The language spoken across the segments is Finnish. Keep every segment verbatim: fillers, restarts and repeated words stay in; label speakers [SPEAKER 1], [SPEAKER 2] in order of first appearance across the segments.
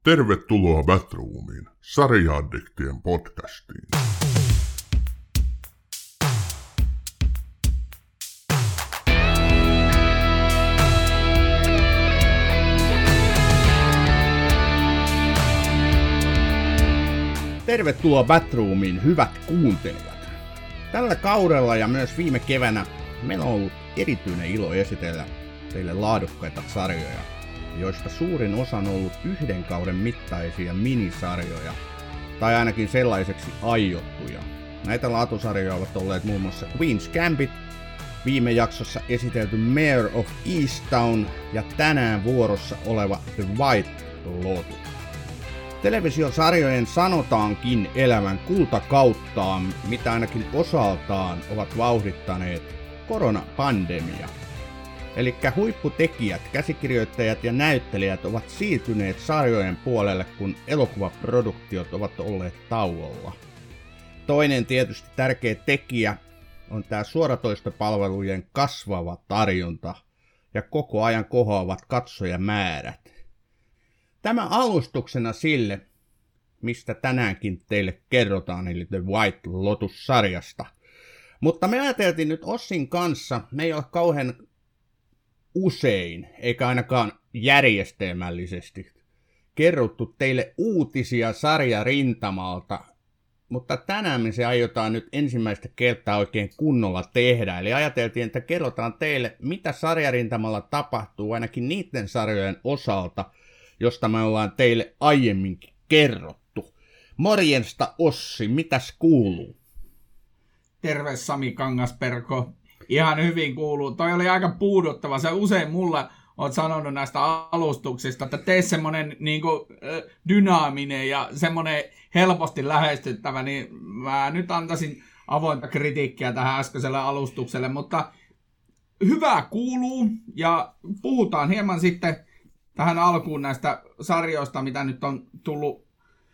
[SPEAKER 1] Tervetuloa Batroomiin, sarja-addiktien podcastiin.
[SPEAKER 2] Tervetuloa Batroomiin, hyvät kuuntelijat. Tällä kaudella ja myös viime keväänä meillä on ollut erityinen ilo esitellä teille laadukkaita sarjoja, joista suurin osa on ollut yhden kauden mittaisia minisarjoja, tai ainakin sellaiseksi aiottuja. Näitä laatusarjoja ovat olleet muun muassa Queen's Gambit, viime jaksossa esitelty Mayor of Easttown ja tänään vuorossa oleva The White Lotus. Televisiosarjojen sanotaankin elävän kultakauttaan, mitä ainakin osaltaan ovat vauhdittaneet koronapandemia. Elikkä huipputekijät, käsikirjoittajat ja näyttelijät ovat siirtyneet sarjojen puolelle, kun elokuvaproduktiot ovat olleet tauolla. Toinen tietysti tärkeä tekijä on tämä suoratoistopalvelujen kasvava tarjonta ja koko ajan kohoavat katsojamäärät. Tämä alustuksena sille, mistä tänäänkin teille kerrotaan, eli The White Lotus-sarjasta. Mutta me ajateltiin nyt Ossin kanssa, me ei ole kauhean usein, eikä ainakaan järjestelmällisesti, kerrottu teille uutisia sarjarintamalta, mutta tänään me se aiotaan nyt ensimmäistä kertaa oikein kunnolla tehdä. Eli ajateltiin, että kerrotaan teille, mitä sarjarintamalla tapahtuu ainakin niiden sarjojen osalta, josta me ollaan teille aiemminkin kerrottu. Morjensta Ossi, mitäs kuuluu?
[SPEAKER 3] Terve Sami Kangasperko. Ihan hyvin kuuluu. Toi oli aika puuduttava. Se usein mulla oot sanonut näistä alustuksista, että tee semmonen niinku dynaaminen ja semmonen helposti lähestyttävä, niin mä nyt antaisin avointa kritiikkiä tähän äskeiselle alustukselle, mutta hyvää kuuluu ja puhutaan hieman sitten tähän alkuun näistä sarjoista, mitä nyt on tullut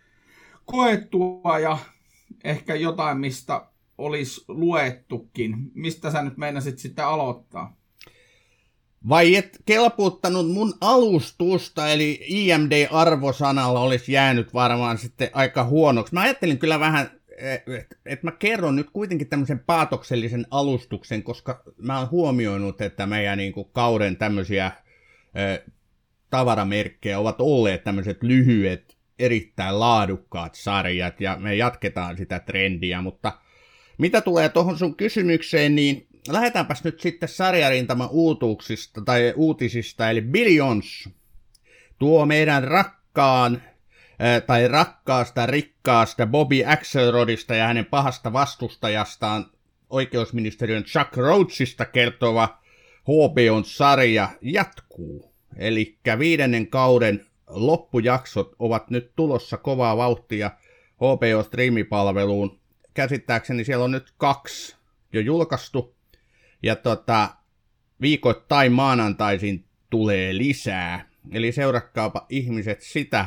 [SPEAKER 3] koettua ja ehkä jotain, mistä olisi luettukin. Mistä sä nyt meinasit sitten aloittaa?
[SPEAKER 2] Vai et kelpuuttanut mun alustusta, eli I M D-arvosanalla olisi jäänyt varmaan sitten aika huonoksi. Mä ajattelin kyllä vähän, että et mä kerron nyt kuitenkin tämmöisen paatoksellisen alustuksen, koska mä oon huomioinut, että meidän niin kuin kauden tämmöisiä ö, tavaramerkkejä ovat olleet tämmöiset lyhyet, erittäin laadukkaat sarjat, ja me jatketaan sitä trendiä, mutta mitä tulee tuohon sun kysymykseen, niin lähdetäänpäs nyt sitten sarjarintaman uutuuksista tai uutisista, eli Billions, tuo meidän rakkaan äh, tai rakkaasta rikkaasta Bobby Axelrodista ja hänen pahasta vastustajastaan oikeusministeriön Chuck Rhodesista kertova H B O-sarja jatkuu. Eli viidennen kauden loppujaksot ovat nyt tulossa kovaa vauhtia H B O-striimipalveluun. Käsittääkseni siellä on nyt kaksi jo julkaistu, ja tota, viikoittain maanantaisin tulee lisää. Eli seurakkaapa ihmiset sitä.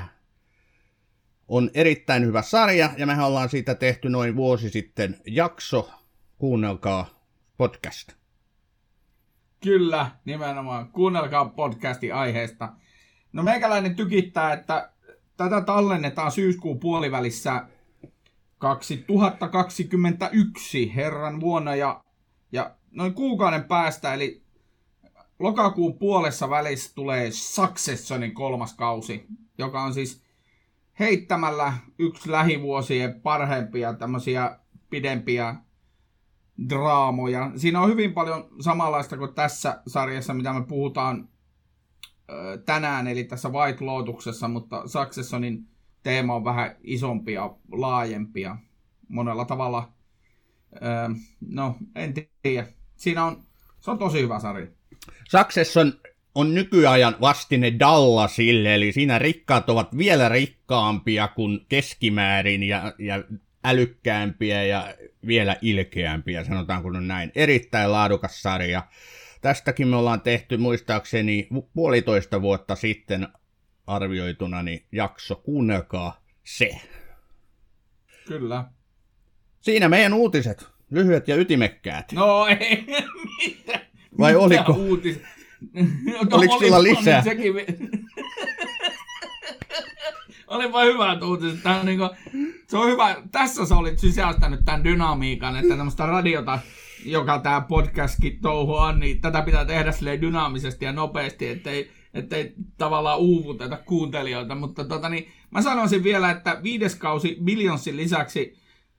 [SPEAKER 2] On erittäin hyvä sarja, ja mehän ollaan siitä tehty noin vuosi sitten jakso. Kuunnelkaa podcast.
[SPEAKER 3] Kyllä, nimenomaan. Kuunnelkaa podcastin aiheesta. No meikäläinen tykittää, että tätä tallennetaan syyskuun puolivälissä kaksituhattakaksikymmentäyksi herran vuonna ja, ja noin kuukauden päästä, eli lokakuun puolessa välissä tulee Successionin kolmas kausi, joka on siis heittämällä yksi lähivuosien parhaimpia tämmöisiä pidempiä draamoja. Siinä on hyvin paljon samanlaista kuin tässä sarjassa, mitä me puhutaan ö, tänään, eli tässä White Lotuksessa, mutta Successionin teema on vähän isompi ja laajempi ja monella tavalla, öö, no en tiedä, siinä on, se on tosi hyvä sarja.
[SPEAKER 2] Succession on nykyajan vastine Dallasille, eli siinä rikkaat ovat vielä rikkaampia kuin keskimäärin ja, ja älykkäämpiä ja vielä ilkeämpiä, sanotaanko nyt näin. Erittäin laadukas sarja. Tästäkin me ollaan tehty muistaakseni puolitoista vuotta sitten arvioituna niin jakso, kuunnelkaa se.
[SPEAKER 3] Kyllä.
[SPEAKER 2] Siinä meidän uutiset, lyhyet ja ytimekkäät.
[SPEAKER 3] No ei, mitä?
[SPEAKER 2] Vai
[SPEAKER 3] mitä
[SPEAKER 2] oliko?
[SPEAKER 3] Uutis...
[SPEAKER 2] No, oliko sulla lisää?
[SPEAKER 3] Sekin... Olipa hyvät uutiset. Tämä on niin kuin, se on hyvä. Tässä sä olit sisäistänyt tämän dynamiikan, että tämmöistä radiota, joka tämä podcastkin touhu on, niin tätä pitää tehdä silleen dynaamisesti ja nopeasti, ettei, ettei tavallaan uuvuteta kuuntelijoita. Mutta tota, niin, mä sanoisin vielä, että viides kausi Billionsin lisäksi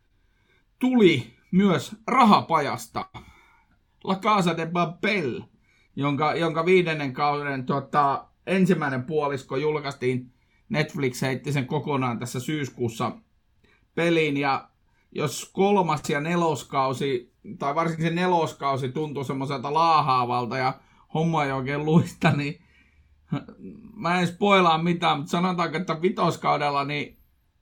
[SPEAKER 3] tuli myös Rahapajasta. La Casa de Papel, jonka, jonka viidennen kauden tota, ensimmäinen puolisko julkaistiin. Netflix heitti sen kokonaan tässä syyskuussa peliin, ja jos kolmas ja neloskausi, tai varsinkin se neloskausi tuntui semmoiselta laahaavalta ja homma ei oikein luista, niin mä en spoilaa mitään, mutta sanotaanko, että vitoskaudella niin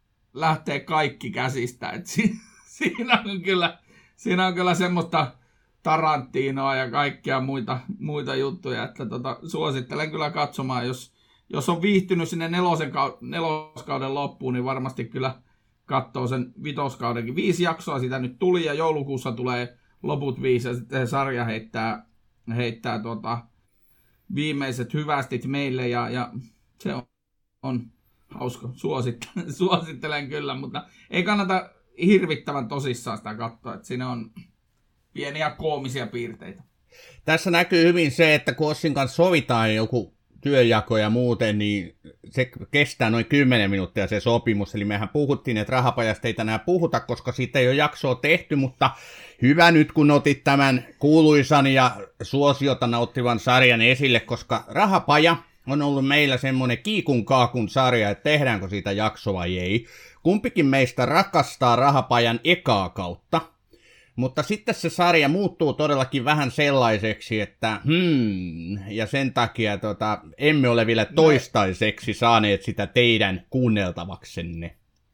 [SPEAKER 3] lähtee kaikki käsistä. Et si- siinä, on kyllä, siinä on kyllä semmoista Tarantinoa ja kaikkia muita, muita juttuja, että tota, suosittelen kyllä katsomaan, jos, jos on viihtynyt sinne nelosen kau- neloskauden loppuun, niin varmasti kyllä katsoo sen vitoskaudenkin. Viisi jaksoa sitä nyt tuli ja joulukuussa tulee loput viisi ja sitten se sarja heittää, heittää tota, viimeiset hyvästit meille ja, ja se on, on hauska. Suosittelen, suosittelen kyllä, mutta ei kannata hirvittävän tosissaan sitä katsoa, että siinä on pieniä koomisia piirteitä.
[SPEAKER 2] Tässä näkyy hyvin se, että kun Ossin kanssa sovitaan joku työjako ja muuten, niin se kestää noin kymmenen minuuttia se sopimus. Eli mehän puhuttiin, että Rahapajasta ei tänään puhuta, koska siitä ei ole jaksoa tehty, mutta hyvä nyt, kun otit tämän kuuluisan ja suosiota nauttivan sarjan esille, koska Rahapaja on ollut meillä semmoinen kiikun kaakun sarja, että tehdäänkö siitä jakso vai ei. Kumpikin meistä rakastaa Rahapajan ekaa kautta. Mutta sitten se sarja muuttuu todellakin vähän sellaiseksi, että hmm, ja sen takia tota, emme ole vielä toistaiseksi saaneet sitä teidän kuunneltavaksenne.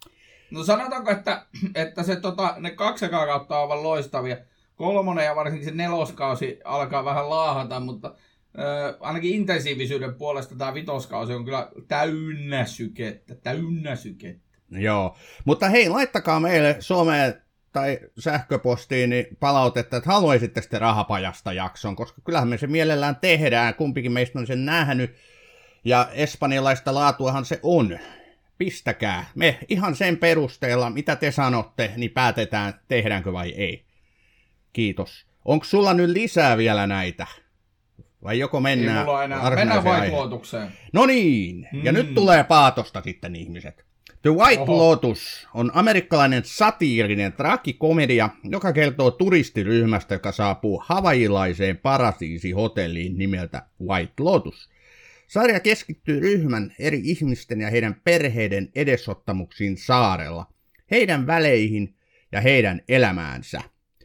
[SPEAKER 3] No sanotaanko, että, että se, tota, ne kaksi ekaa kautta on aivan loistavia. Kolmonen ja varsinkin se neloskausi alkaa vähän laahata, mutta äh, ainakin intensiivisyyden puolesta tämä vitoskausi on kyllä täynnä sykettä, täynnä sykettä.
[SPEAKER 2] Joo, mutta hei, laittakaa meille Suomeen tai sähköpostiin niin palautetta, että haluaisitte sitten Rahapajasta jakson, koska kyllähän me se mielellään tehdään, kumpikin meistä on sen nähnyt, ja espanjalaista laatuahan se on. Pistäkää. Me ihan sen perusteella, mitä te sanotte, niin päätetään, tehdäänkö vai ei. Kiitos. Onko sulla nyt lisää vielä näitä? Vai joko mennään
[SPEAKER 3] Mennään White-Lotukseen.
[SPEAKER 2] No niin, ja hmm. nyt tulee paatosta sitten ihmiset. The White Oho. Lotus on amerikkalainen satiirinen trakikomedia, joka kertoo turistiryhmästä, joka saapuu hawaiilaiseen paratiisihotelliin nimeltä White Lotus. Sarja keskittyy ryhmän eri ihmisten ja heidän perheiden edesottamuksiin saarella, heidän väleihin ja heidän elämäänsä.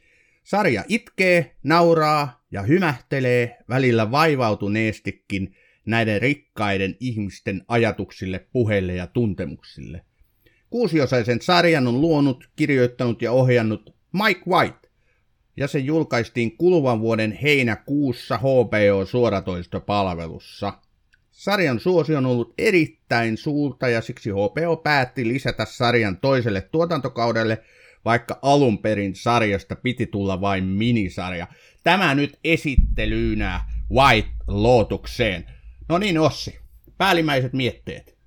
[SPEAKER 2] Sarja itkee, nauraa ja hymähtelee välillä vaivautuneestikin näiden rikkaiden ihmisten ajatuksille, puheille ja tuntemuksille. Kuusiosaisen sarjan on luonut, kirjoittanut ja ohjannut Mike White, ja se julkaistiin kuluvan vuoden heinäkuussa H B O-suoratoistopalvelussa. Sarjan suosio on ollut erittäin suurta ja siksi H B O päätti lisätä sarjan toiselle tuotantokaudelle, vaikka alun perin sarjasta piti tulla vain minisarja. Tämä nyt esittelynä White Lotukseen. No niin, Ossi, päällimmäiset mietteet.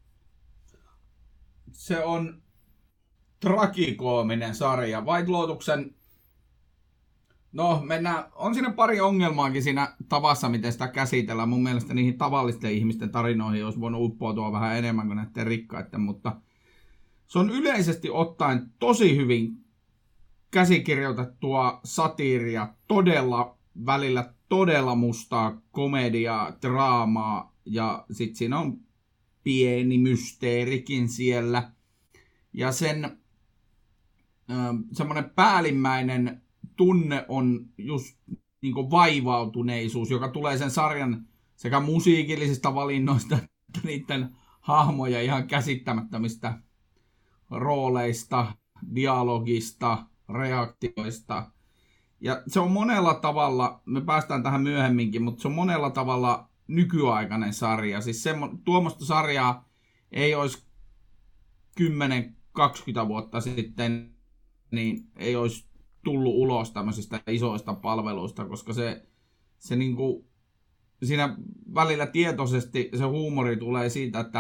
[SPEAKER 3] Se on trakikoominen sarja. White Lotuksen, no mennään, on siinä pari ongelmaakin siinä tavassa, miten sitä käsitellään. Mun mielestä niihin tavallisten ihmisten tarinoihin olisi voinut uppoutua vähän enemmän kuin näiden rikkaiden, mutta se on yleisesti ottaen tosi hyvin käsikirjoitettua satiiria, todella välillä todella mustaa komediaa, draamaa ja sitten siinä on pieni mysteerikin siellä. Ja sen semmoinen päällimmäinen tunne on just niin kuin vaivautuneisuus, joka tulee sen sarjan sekä musiikillisista valinnoista että niiden hahmoja ihan käsittämättömistä rooleista, dialogista, reaktioista. Ja se on monella tavalla, me päästään tähän myöhemminkin, mutta se on monella tavalla nykyaikainen sarja. Siis semmo, tuommoista sarjaa ei olisi kymmenen kaksikymmentä vuotta sitten, niin ei olisi tullut ulos tämmöisistä isoista palveluista, koska se, se niinku, siinä välillä tietoisesti se huumori tulee siitä, että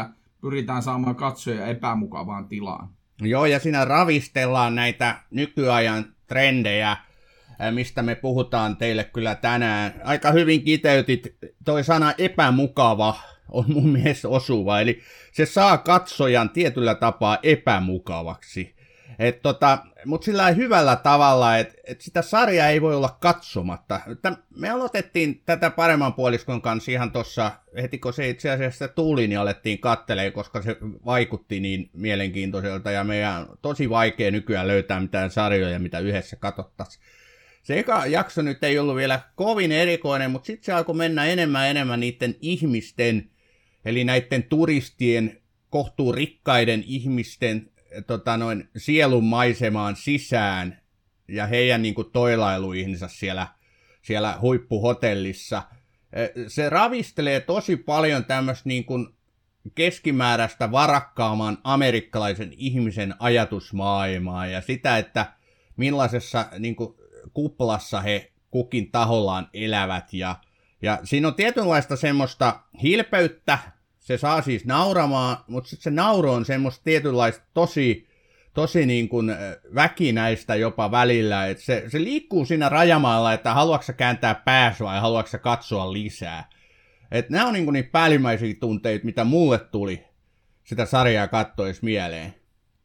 [SPEAKER 3] pyritään saamaan katsoja epämukavaan tilaan.
[SPEAKER 2] Joo, ja siinä ravistellaan näitä nykyajan trendejä, mistä me puhutaan teille kyllä tänään. Aika hyvin kiteytit, toi sana epämukava on mun mielestä osuva, eli se saa katsojan tietyllä tapaa epämukavaksi. Tota, mutta sillä hyvällä tavalla, että et sitä sarjaa ei voi olla katsomatta. Me aloitettiin tätä Paremman puoliskon kanssa ihan tuossa, heti kun se itse asiassa tuli, niin alettiin katselemaan, koska se vaikutti niin mielenkiintoiselta, ja meidän on tosi vaikea nykyään löytää mitään sarjoja, mitä yhdessä katsottaisiin. Se eka jakso nyt ei ollut vielä kovin erikoinen, mutta sitten se alkoi mennä enemmän enemmän niiden ihmisten, eli näiden turistien, kohtuu rikkaiden ihmisten tota noin, sielun maisemaan sisään ja heidän niin kuin, toilailuihinsa siellä, siellä huippuhotellissa. Se ravistelee tosi paljon tämmöistä niin kuin keskimääräistä varakkaamman amerikkalaisen ihmisen ajatusmaailmaa ja sitä, että millaisessa niin kuin, kuplassa he kukin tahollaan elävät. Ja, ja siinä on tietynlaista semmoista hilpeyttä, se saa siis nauramaan, mutta sitten se nauru on semmoista tietynlaista tosi, tosi niin kuin väkinäistä jopa välillä. Et se, se liikkuu siinä rajamaalla, että haluatko sä kääntää päässä vai haluatko sä katsoa lisää. Et nämä on niin kuin niitä päällimmäisiä tunteita, mitä mulle tuli sitä sarjaa kattois mieleen.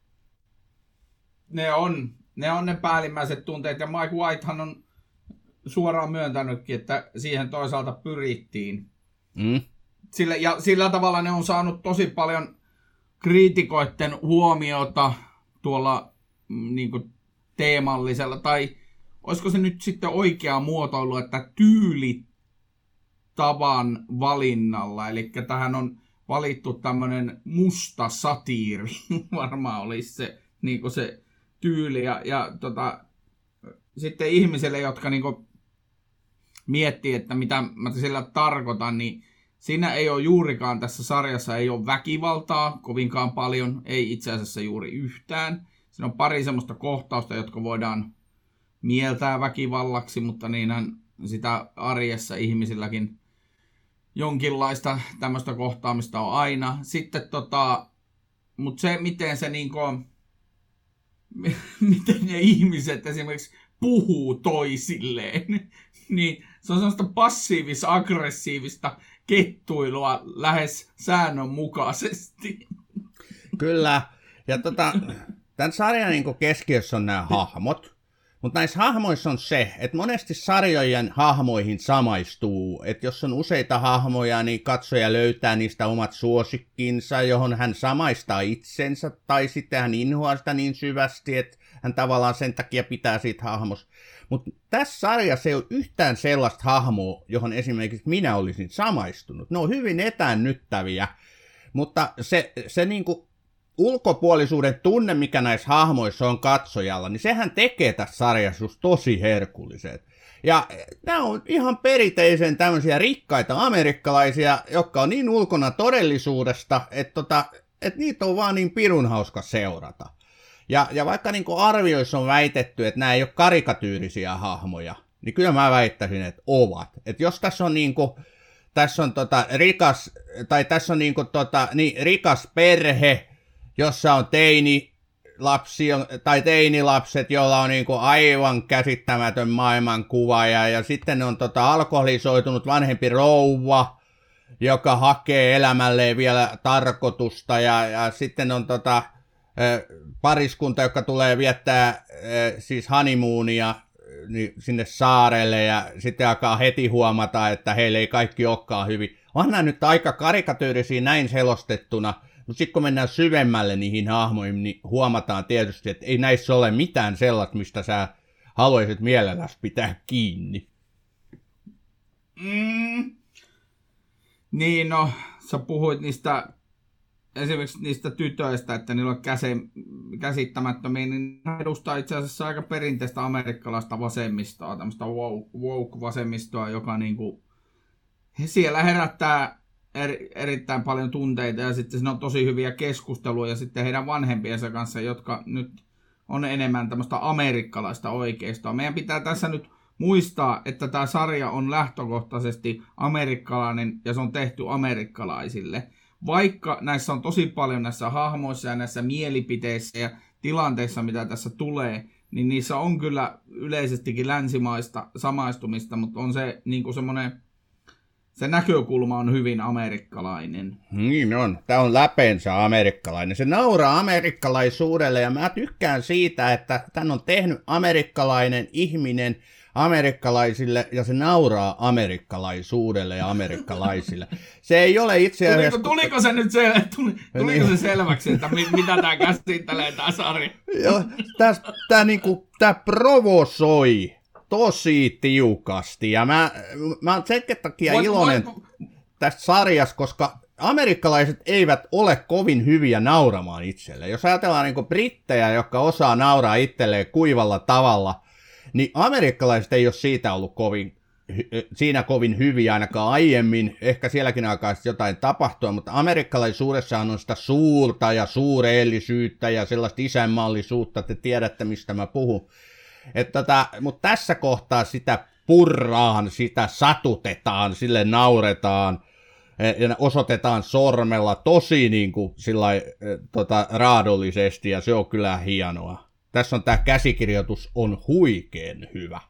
[SPEAKER 3] Ne on, ne on ne päällimmäiset tunteet, ja Mike Whitehan on suoraan myöntänytkin, että siihen toisaalta pyrittiin.
[SPEAKER 2] Mm.
[SPEAKER 3] Sillä, ja sillä tavalla ne on saanut tosi paljon kriitikoiden huomiota tuolla mm, niin kuin teemallisella, tai olisiko se nyt sitten oikea muotoilu, että tyylitavan valinnalla, eli tähän on valittu tämmöinen musta satiiri, varmaan olisi se, niin kuin se tyyli, ja, ja tota, sitten ihmisille, jotka niin kuin miettii, että mitä mä sillä tarkoitan, niin siinä ei ole juurikaan, tässä sarjassa ei ole väkivaltaa kovinkaan paljon, ei itse asiassa juuri yhtään. Siinä on pari semmoista kohtausta, jotka voidaan mieltää väkivallaksi, mutta niinhän sitä arjessa ihmisilläkin jonkinlaista tämmöistä kohtaamista on aina. Sitten tota, mutta se miten se niinku, miten ne ihmiset esimerkiksi puhuu toisilleen, niin se on semmoista passiivis-aggressiivista kettuilua lähes säännönmukaisesti.
[SPEAKER 2] Kyllä, ja tota, tämän sarjan niin keskiössä on nämä hahmot, mutta näissä hahmoissa on se, että monesti sarjojen hahmoihin samaistuu, että jos on useita hahmoja, niin katsoja löytää niistä omat suosikkinsa, johon hän samaistaa itsensä, tai sitten hän inhoaa sitä niin syvästi, että hän tavallaan sen takia pitää siitä hahmosta. Mutta tässä sarjassa ei ole yhtään sellaista hahmoa, johon esimerkiksi minä olisin samaistunut. Ne on hyvin etännyttäviä, mutta se, se niinku ulkopuolisuuden tunne, mikä näissä hahmoissa on katsojalla, niin sehän tekee tässä sarjassa just tosi herkulliset. Ja nämä on ihan perinteisen tämmöisiä rikkaita amerikkalaisia, jotka on niin ulkona todellisuudesta, että tota, et niitä on vaan niin pirun hauska seurata. Ja, ja vaikka niin kuin arvioissa on väitetty, että nämä ei ole karikatyyrisiä hahmoja, niin kyllä mä väittäisin, että ovat. Että jos tässä on, niin kuin, tässä on tota rikas, tai tässä on niin kuin tota, niin rikas perhe, jossa on teinilapsi, tai teinilapset, joilla on niin kuin aivan käsittämätön maailmankuva, ja, ja sitten on tota alkoholisoitunut vanhempi rouva, joka hakee elämälleen vielä tarkoitusta, ja, ja sitten on tota pariskunta, joka tulee viettää siis honeymoonia sinne saarelle, ja sitten alkaa heti huomata, että heille ei kaikki olekaan hyvin. On nämä nyt aika karikatyyrisiä näin selostettuna, mutta sitten kun mennään syvemmälle niihin hahmoihin, niin huomataan tietysti, että ei näissä ole mitään sellaista, mistä sä haluaisit mielelläsi pitää kiinni.
[SPEAKER 3] Mm. Niin, no, sä puhuit niistä esimerkiksi niistä tytöistä, että niillä on käse, käsittämättömiä, niin edustaa itse asiassa aika perinteistä amerikkalaista vasemmistoa, tämmöistä woke-vasemmistoa, joka niinku, siellä herättää eri, erittäin paljon tunteita, ja sitten siinä on tosi hyviä keskusteluja sitten heidän vanhempiensa kanssa, jotka nyt on enemmän tämmöistä amerikkalaista oikeistoa. Meidän pitää tässä nyt muistaa, että tämä sarja on lähtökohtaisesti amerikkalainen, ja se on tehty amerikkalaisille. vaikka näissä on tosi paljon näissä hahmoissa ja näissä mielipiteissä ja tilanteissa, mitä tässä tulee, niin niissä on kyllä yleisestikin länsimaista samaistumista, mutta on se niin semmoinen, se näkökulma on hyvin amerikkalainen.
[SPEAKER 2] Niin on. Tämä on läpeensä amerikkalainen. Se nauraa amerikkalaisuudelle ja mä tykkään siitä, että tän on tehnyt amerikkalainen ihminen amerikkalaisille ja se nauraa amerikkalaisuudelle ja amerikkalaisille. Se ei ole itse asiassa...
[SPEAKER 3] Tuliko, tuliko se nyt se, tuli, tuliko se selväksi, että mit, mitä tämä käsittelee tämä sarja?
[SPEAKER 2] Joo, tämä niinku, tää provosoi tosi tiukasti ja mä, mä oon sen takia voit, iloinen voit... tästä sarjasta, koska amerikkalaiset eivät ole kovin hyviä nauramaan itselleen. Jos ajatellaan niinku brittejä, jotka osaa nauraa itselleen kuivalla tavalla, niin amerikkalaiset ei ole siitä ollut kovin, siinä kovin hyviä ainakaan aiemmin. Ehkä sielläkin alkaa jotain tapahtua, mutta amerikkalaisuudessahan on sitä suurta ja suureellisyyttä ja sellaista isänmaallisuutta, te tiedätte mistä mä puhun. Tota, mutta tässä kohtaa sitä purraan, sitä satutetaan, sille nauretaan ja osoitetaan sormella tosi niin kuin, sillai, tota, raadollisesti ja se on kyllä hienoa. Tässä on tämä käsikirjoitus on huikeen hyvä.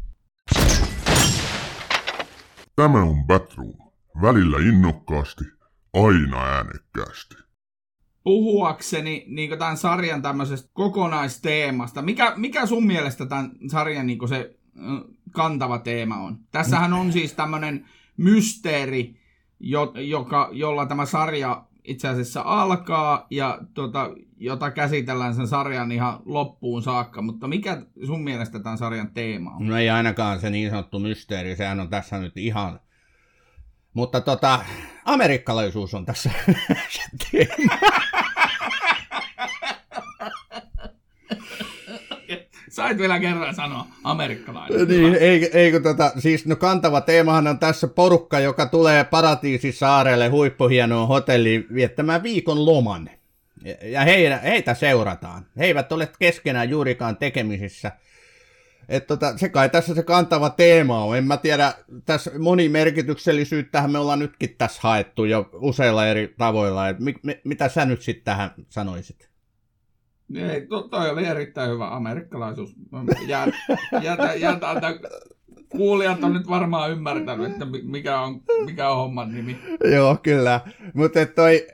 [SPEAKER 1] Tämä on Batroom. Välillä innokkaasti, aina äänekkäästi.
[SPEAKER 3] Puhuakseni niin tämän sarjan tämmöisestä kokonaisteemasta, mikä, mikä sun mielestä tämän sarjan niin se kantava teema on? Tässähän on siis tämmöinen mysteeri, jo, joka, jolla tämä sarja itse asiassa alkaa ja tota, jota käsitellään sen sarjan ihan loppuun saakka, mutta mikä sun mielestä tämän sarjan teema on?
[SPEAKER 2] No ei ainakaan se niin sanottu mysteeri, sehän on tässä nyt ihan... Mutta tota, amerikkalaisuus on tässä se teema.
[SPEAKER 3] Sait vielä kerran sanoa amerikkalainen.
[SPEAKER 2] Niin, ei, ei kun tota, siis no kantava teemahan on tässä porukka, joka tulee Paratiisisaarelle huippuhienoon hotelliin viettämään viikon loman. Ja heitä, heitä seurataan. He eivät ole keskenään juurikaan tekemisissä. Et tota, se kai tässä se kantava teema on. En mä tiedä, tässä monimerkityksellisyyttähän me ollaan nytkin tässä haettu jo useilla eri tavoilla. Et mi, mi, mitä sä nyt sitten tähän sanoisit?
[SPEAKER 3] Ei, to, toi oli erittäin hyvä amerikkalaisuus. Jät, jätä, jätä, kuulijat on nyt varmaan ymmärtänyt, että mikä on, mikä on homman nimi.
[SPEAKER 2] Joo, kyllä. Mutta toi...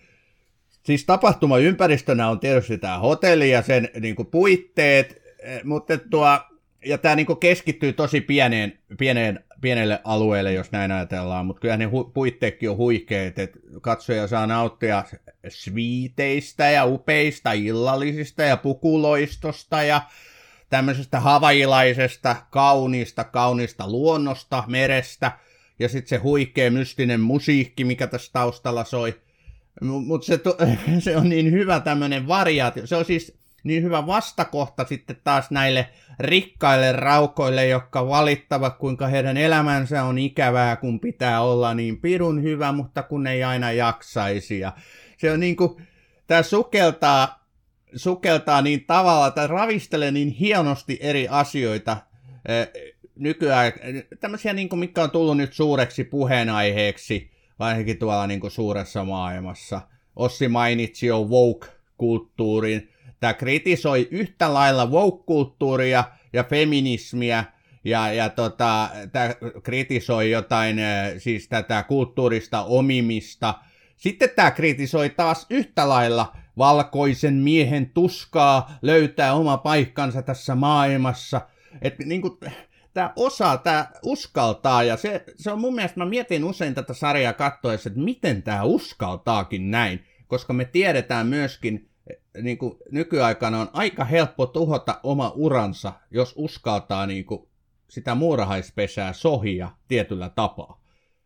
[SPEAKER 2] Siis tapahtumaympäristönä on tietysti tämä hotelli ja sen niin kuin, puitteet, mutta tuo, ja tämä niin kuin, keskittyy tosi pieneen, pieneen, pienelle alueelle, jos näin ajatellaan, mutta kyllä ne hu- puitteetkin on huikeet, että katsoja saa nauttia sviiteistä ja upeista illallisista ja pukuloistosta ja tämmöisestä havailaisesta, kauniista, kauniista luonnosta, merestä ja sitten se huikea mystinen musiikki, mikä tässä taustalla soi. Mutta se, se on niin hyvä tämmöinen variaatio. Se on siis niin hyvä vastakohta sitten taas näille rikkaille raukoille, jotka valittavat, kuinka heidän elämänsä on ikävää, kun pitää olla niin pirun hyvä, mutta kun ei aina jaksaisi. Ja se on niin kuin, tämä sukeltaa, sukeltaa niin tavalla, tai ravistelee niin hienosti eri asioita nykyään. Tämmöisiä, niin kuin, mitkä on tullut nyt suureksi puheenaiheeksi, varsinkin tuolla niin kuin suuressa maailmassa. Ossi mainitsi jo woke-kulttuurin. Tämä kritisoi yhtä lailla woke-kulttuuria ja feminismiä, ja, ja tota, tämä kritisoi jotain, siis tätä kulttuurista omimista. Sitten tämä kritisoi taas yhtä lailla valkoisen miehen tuskaa löytää oma paikkansa tässä maailmassa. Että niin kuin... Tämä osaa, tämä uskaltaa, ja se, se on mun mielestä, mä mietin usein tätä sarjaa katsoessa, että miten tämä uskaltaakin näin, koska me tiedetään myöskin, niin kuin nykyaikana on aika helppo tuhota oma uransa, jos uskaltaa niin kuin sitä muurahaispesää sohia tietyllä tapaa.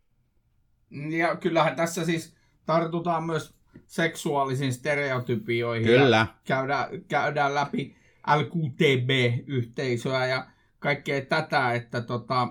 [SPEAKER 3] Ja kyllähän tässä siis tartutaan myös seksuaalisiin stereotypioihin.
[SPEAKER 2] Kyllä.
[SPEAKER 3] Ja käydään, käydään läpi L G B T-yhteisöä ja kaikkea tätä, että tota,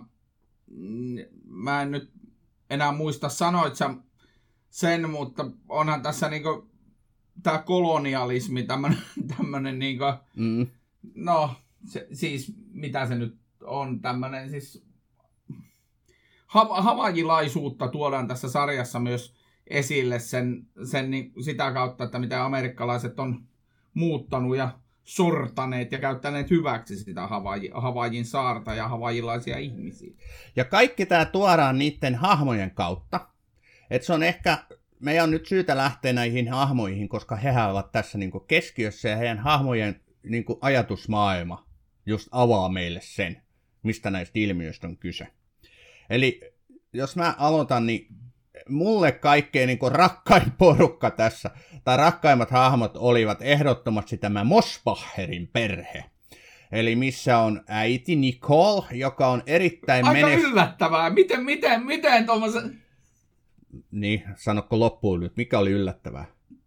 [SPEAKER 3] mä en nyt enää muista sanoit sä sen, mutta onhan tässä niinku tää kolonialismi, tämmönen, tämmönen niinku, mm. no se, siis mitä se nyt on, tämmönen siis ha- havajilaisuutta tuodaan tässä sarjassa myös esille sen, sen niin, sitä kautta, että mitä amerikkalaiset on muuttanut ja sortaneet ja käyttäneet hyväksi sitä Havaji, Havajin saarta ja havajilaisia ihmisiä.
[SPEAKER 2] Ja kaikki tämä tuodaan niiden hahmojen kautta. Että se on ehkä, meidän on nyt syytä lähteä näihin hahmoihin, koska hehän ovat tässä niinku keskiössä ja heidän hahmojen niinku ajatusmaailma just avaa meille sen, mistä näistä ilmiöistä on kyse. Eli jos mä aloitan, niin mulle kaikkein niin kuin rakkain porukka tässä, tai rakkaimmat hahmot olivat ehdottomasti tämä Mosbacherin perhe. Eli missä on äiti Nicole, joka on erittäin
[SPEAKER 3] Aika
[SPEAKER 2] menest...
[SPEAKER 3] yllättävää. Miten, miten, miten tuommoisen...
[SPEAKER 2] Niin, sanokko loppuun nyt, mikä oli yllättävää?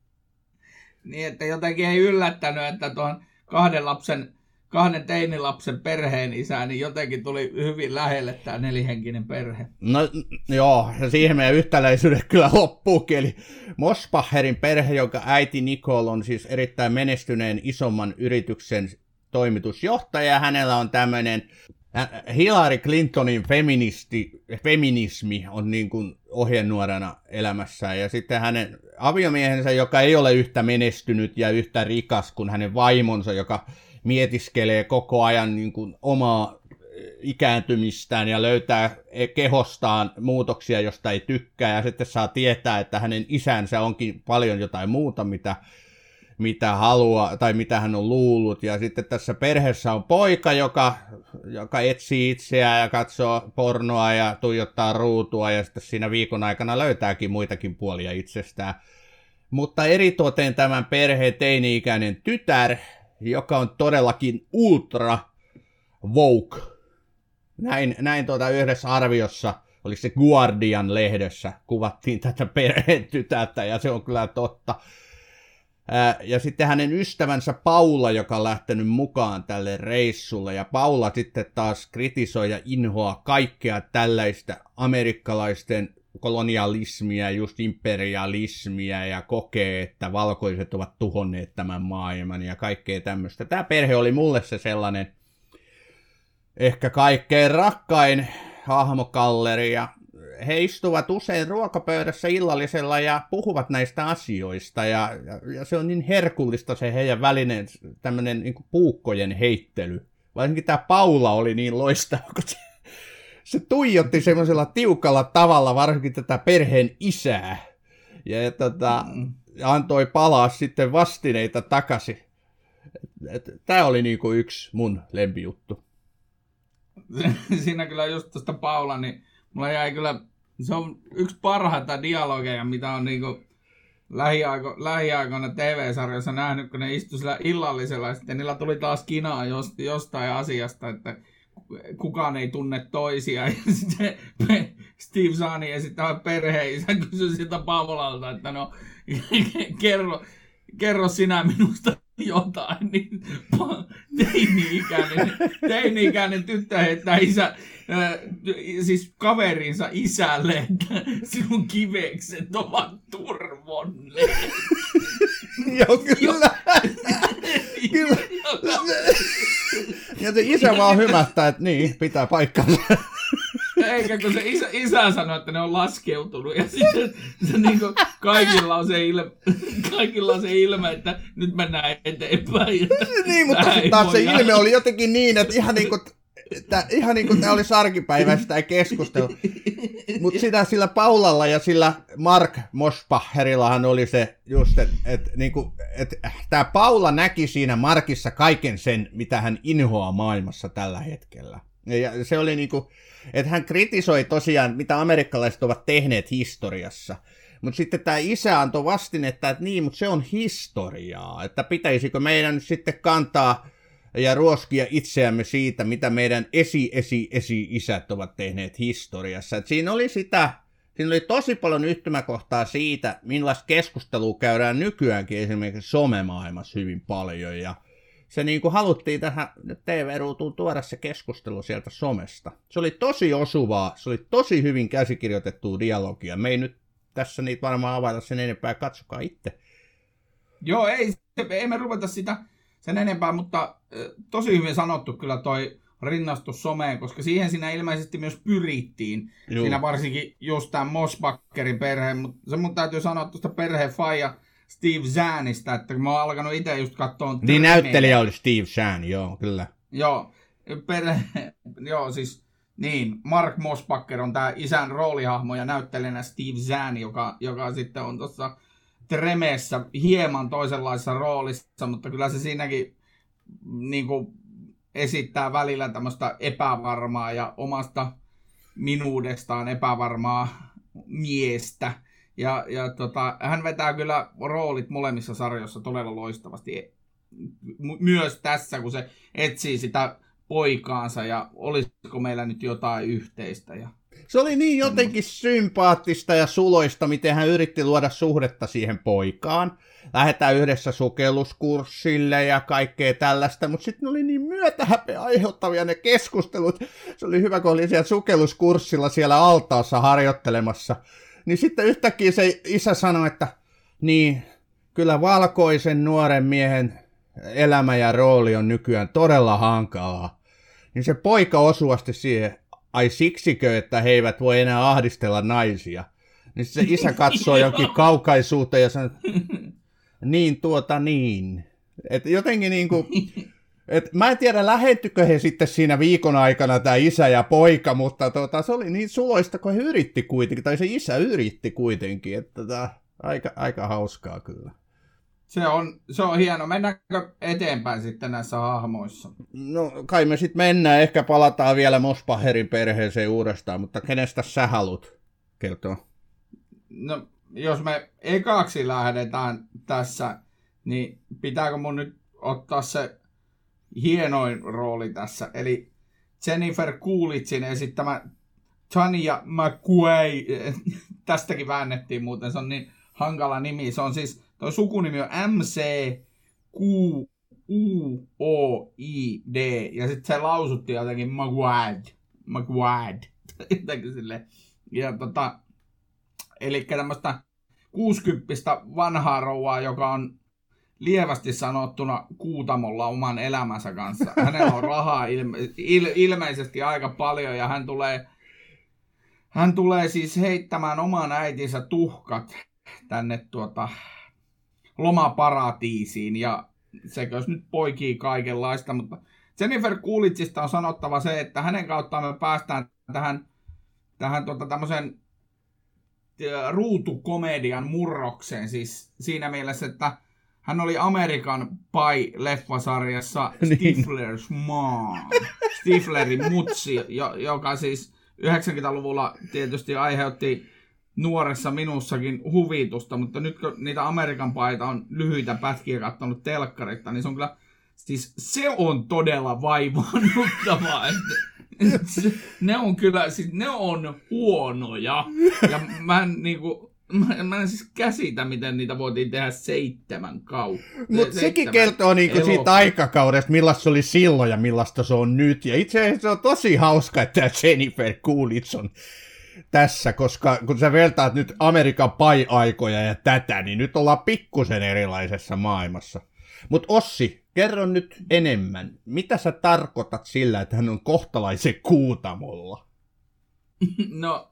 [SPEAKER 3] Niin, että jotenkin ei yllättänyt, että tuon kahden lapsen, kahden teinilapsen perheen isä, niin jotenkin tuli hyvin lähelle tämä nelihenkinen perhe.
[SPEAKER 2] No joo, ja siihen meidän yhtäläisyydet kyllä loppuukin. Eli Mosbacherin perhe, jonka äiti Nicole on siis erittäin menestyneen isomman yrityksen toimitusjohtaja. Hänellä on tämmöinen Hillary Clintonin feministi, feminismi on niin kuin ohjenuorana elämässään. Ja sitten hänen aviomiehensä, joka ei ole yhtä menestynyt ja yhtä rikas kuin hänen vaimonsa, joka mietiskelee koko ajan niin kuin omaa ikääntymistään ja löytää kehostaan muutoksia, josta ei tykkää. Ja sitten saa tietää, että hänen isänsä onkin paljon jotain muuta, mitä mitä haluaa tai mitä hän on luullut. Ja sitten tässä perheessä on poika, joka, joka etsii itseään ja katsoo pornoa ja tuijottaa ruutua ja sitten siinä viikon aikana löytääkin muitakin puolia itsestään. Mutta eritoten tämän perheen teini-ikäinen tytär, joka on todellakin ultra woke. Näin, näin tuota yhdessä arviossa, oli se Guardian-lehdessä, kuvattiin tätä perheen tytärtä ja se on kyllä totta. Ja sitten hänen ystävänsä Paula, joka on lähtenyt mukaan tälle reissulle. Ja Paula sitten taas kritisoi ja inhoaa kaikkea tällaista amerikkalaisten kolonialismia, just imperialismia ja kokee, että valkoiset ovat tuhonneet tämän maailman ja kaikkea tämmöistä. Tämä perhe oli mulle se sellainen ehkä kaikkein rakkain hahmokalleri ja he istuvat usein ruokapöydässä illallisella ja puhuvat näistä asioista ja, ja, ja se on niin herkullista se heidän välinen tämmöinen niin kuin puukkojen heittely. Varsinkin tämä Paula oli niin loistava, kun se, se tuijotti semmoisella tiukalla tavalla varsinkin tätä perheen isää ja, ja tota, antoi palaa sitten vastineita takaisin. Tämä oli niin kuin yksi mun lempijuttu.
[SPEAKER 3] Siinä kyllä just tuosta Paula, niin mulla jäi kyllä, se on yksi parhaita dialogeja, mitä on niinku lähiaiko, lähiaikoina T V-sarjassa nähnyt, kun ne istu sillä illallisella ja sitten niillä tuli taas kinaa jostain asiasta, että kukaan ei tunne toisia. Ja sitten Steve Zahn ja sitten perheisä kysyi siltä Paulalta, että no kerro, kerro sinä minusta jotain, niin teini-ikäinen, teini-ikäinen tyttö heittää isä, äh, siis kaverinsa isälle, että sinun kivekset ovat turvonneet.
[SPEAKER 2] Joo, kyllä. Kyllä. Ja se isä vaan hymähtää, että niin, pitää paikkansa.
[SPEAKER 3] Eikä kun se isä, isä sanoi, että ne on laskeutunut ja sitten se niinku, kaikilla, on se ilme, kaikilla on se ilme, että nyt mennään eteenpäin.
[SPEAKER 2] Niin, mutta sitten taas se ilme jää. Oli jotenkin niin, että ihan niin kuin, että, ihan niin kuin tämä olisi arkipäiväistä keskustelu. Mutta sitä sillä Paulalla ja sillä Mark Mospacherillahan oli se just, että et, niinku, et, tämä Paula näki siinä Markissa kaiken sen, mitä hän inhoaa maailmassa tällä hetkellä. Ja se oli niinku, että hän kritisoi tosiaan, mitä amerikkalaiset ovat tehneet historiassa. Mutta sitten tämä isä antoi vastinetta, että niin, mutta se on historiaa. Että pitäisikö meidän nyt sitten kantaa ja ruoskia itseämme siitä, mitä meidän esi-esi-esi-isät ovat tehneet historiassa. Et siinä oli sitä, siinä oli tosi paljon yhtymäkohtaa siitä, millaista keskustelua käydään nykyäänkin esimerkiksi somemaailmassa hyvin paljon. Ja se niin kuin haluttiin tähän T V-ruutuun tuoda se keskustelu sieltä somesta. Se oli tosi osuvaa, se oli tosi hyvin käsikirjoitettua dialogia. Me ei nyt tässä niitä varmaan availla sen enempää, katsokaa itse.
[SPEAKER 3] Joo, ei, ei me ruveta sitä sen enempää, mutta tosi hyvin sanottu kyllä toi rinnastus someen, koska siihen siinä ilmeisesti myös pyrittiin. Juu. Siinä varsinkin just tämän Mosbackerin perheen, mutta se mun täytyy sanoa tuosta perhefaija Steve Zahnista, että mä oon alkanut itse just katsoa...
[SPEAKER 2] Niin näyttelijä oli Steve Zahn, joo, kyllä.
[SPEAKER 3] Joo, perhe, joo siis, niin, Mark Mosbacher on tää isän roolihahmo ja näyttelijänä Steve Zahn, joka, joka sitten on tuossa Tremeessä hieman toisenlaisessa roolissa, mutta kyllä se siinäkin niin kuin, esittää välillä tämmöistä epävarmaa ja omasta minuudestaan epävarmaa miestä. Ja, ja tota, hän vetää kyllä roolit molemmissa sarjoissa todella loistavasti. Myös tässä, kun se etsii sitä poikaansa ja olisiko meillä nyt jotain yhteistä. Ja...
[SPEAKER 2] Se oli niin jotenkin sympaattista ja suloista, miten hän yritti luoda suhdetta siihen poikaan. Lähdetään yhdessä sukelluskurssille ja kaikkea tällaista, mutta sitten oli niin myötähäpeä aiheuttavia ne keskustelut. Se oli hyvä, kun oli siellä sukelluskurssilla siellä altaassa harjoittelemassa. Niin sitten yhtäkkiä se isä sanoi, että niin, kyllä valkoisen nuoren miehen elämä ja rooli on nykyään todella hankalaa. Niin se poika osuvasti siihen, ai siksikö, että he eivät voi enää ahdistella naisia. Niin se isä katsoo jonkin kaukaisuuteen ja sanoo, niin tuota niin. Et jotenkin niinku, et mä en tiedä lähentykö he sitten siinä viikon aikana tämä isä ja poika, mutta tota, se oli niin suloista, kun he yritti kuitenkin, tai se isä yritti kuitenkin, että tota, aika, aika hauskaa kyllä.
[SPEAKER 3] Se on, se on hieno. Mennäänkö eteenpäin sitten näissä hahmoissa?
[SPEAKER 2] No kai me sitten mennään. Ehkä palataan vielä Mosbacherin perheeseen uudestaan, mutta kenestä sä haluat kertoa?
[SPEAKER 3] No, jos me ekaksi lähdetään tässä, niin pitääkö mun nyt ottaa se hienoin rooli tässä? Eli Jennifer Coolidgein esittämä Tanya McQuaid. Tästäkin väännettiin muuten, se on niin hankala nimi. Se on siis... Tuo sukunimi on M C Q U O I D, ja sitten se lausuttiin jotenkin McQuaid, McQuaid, jotenkin silleen. Ja tota, eli tämmöistä kuusikymppistä vanhaa rouvaa, joka on lievästi sanottuna kuutamolla oman elämänsä kanssa. Hänellä on rahaa ilme, il, ilmeisesti aika paljon, ja hän tulee, hän tulee siis heittämään oman äitinsä tuhkat tänne tuota... lomaparatiisiin, ja sekös nyt poikii kaikenlaista, mutta Jennifer Coolidgeista on sanottava se, että hänen kauttaan me päästään tähän, tähän tota, tämmöisen ruutukomedian murrokseen, siis siinä mielessä, että hän oli American Pie-leffasarjassa Stifler's Mom, Stiflerin mutsi, joka siis yhdeksänkymmentäluvulla tietysti aiheutti nuoressa minussakin huvitusta, mutta nyt kun niitä Amerikan Pietä on lyhyitä pätkiä katsonut telkkarista, niin se on kyllä, siis se on todella vaivaannuttavaa, että ne on kyllä, siis ne on huonoja, ja mä en niinku, mä, mä en siis käsitä, miten niitä voitiin tehdä seitsemän kautta.
[SPEAKER 2] Mutta sekin kertoo niinku siitä aikakaudesta, millaista se oli silloin ja millaista se on nyt, ja itse asiassa se on tosi hauska, että Jennifer Coolidge on tässä, koska kun sä vertaat nyt Amerikan Pie-aikoja ja tätä, niin nyt ollaan pikkusen erilaisessa maailmassa. Mutta Ossi, kerro nyt enemmän. Mitä sä tarkoitat sillä, että hän on kohtalaisen kuutamolla?
[SPEAKER 3] No,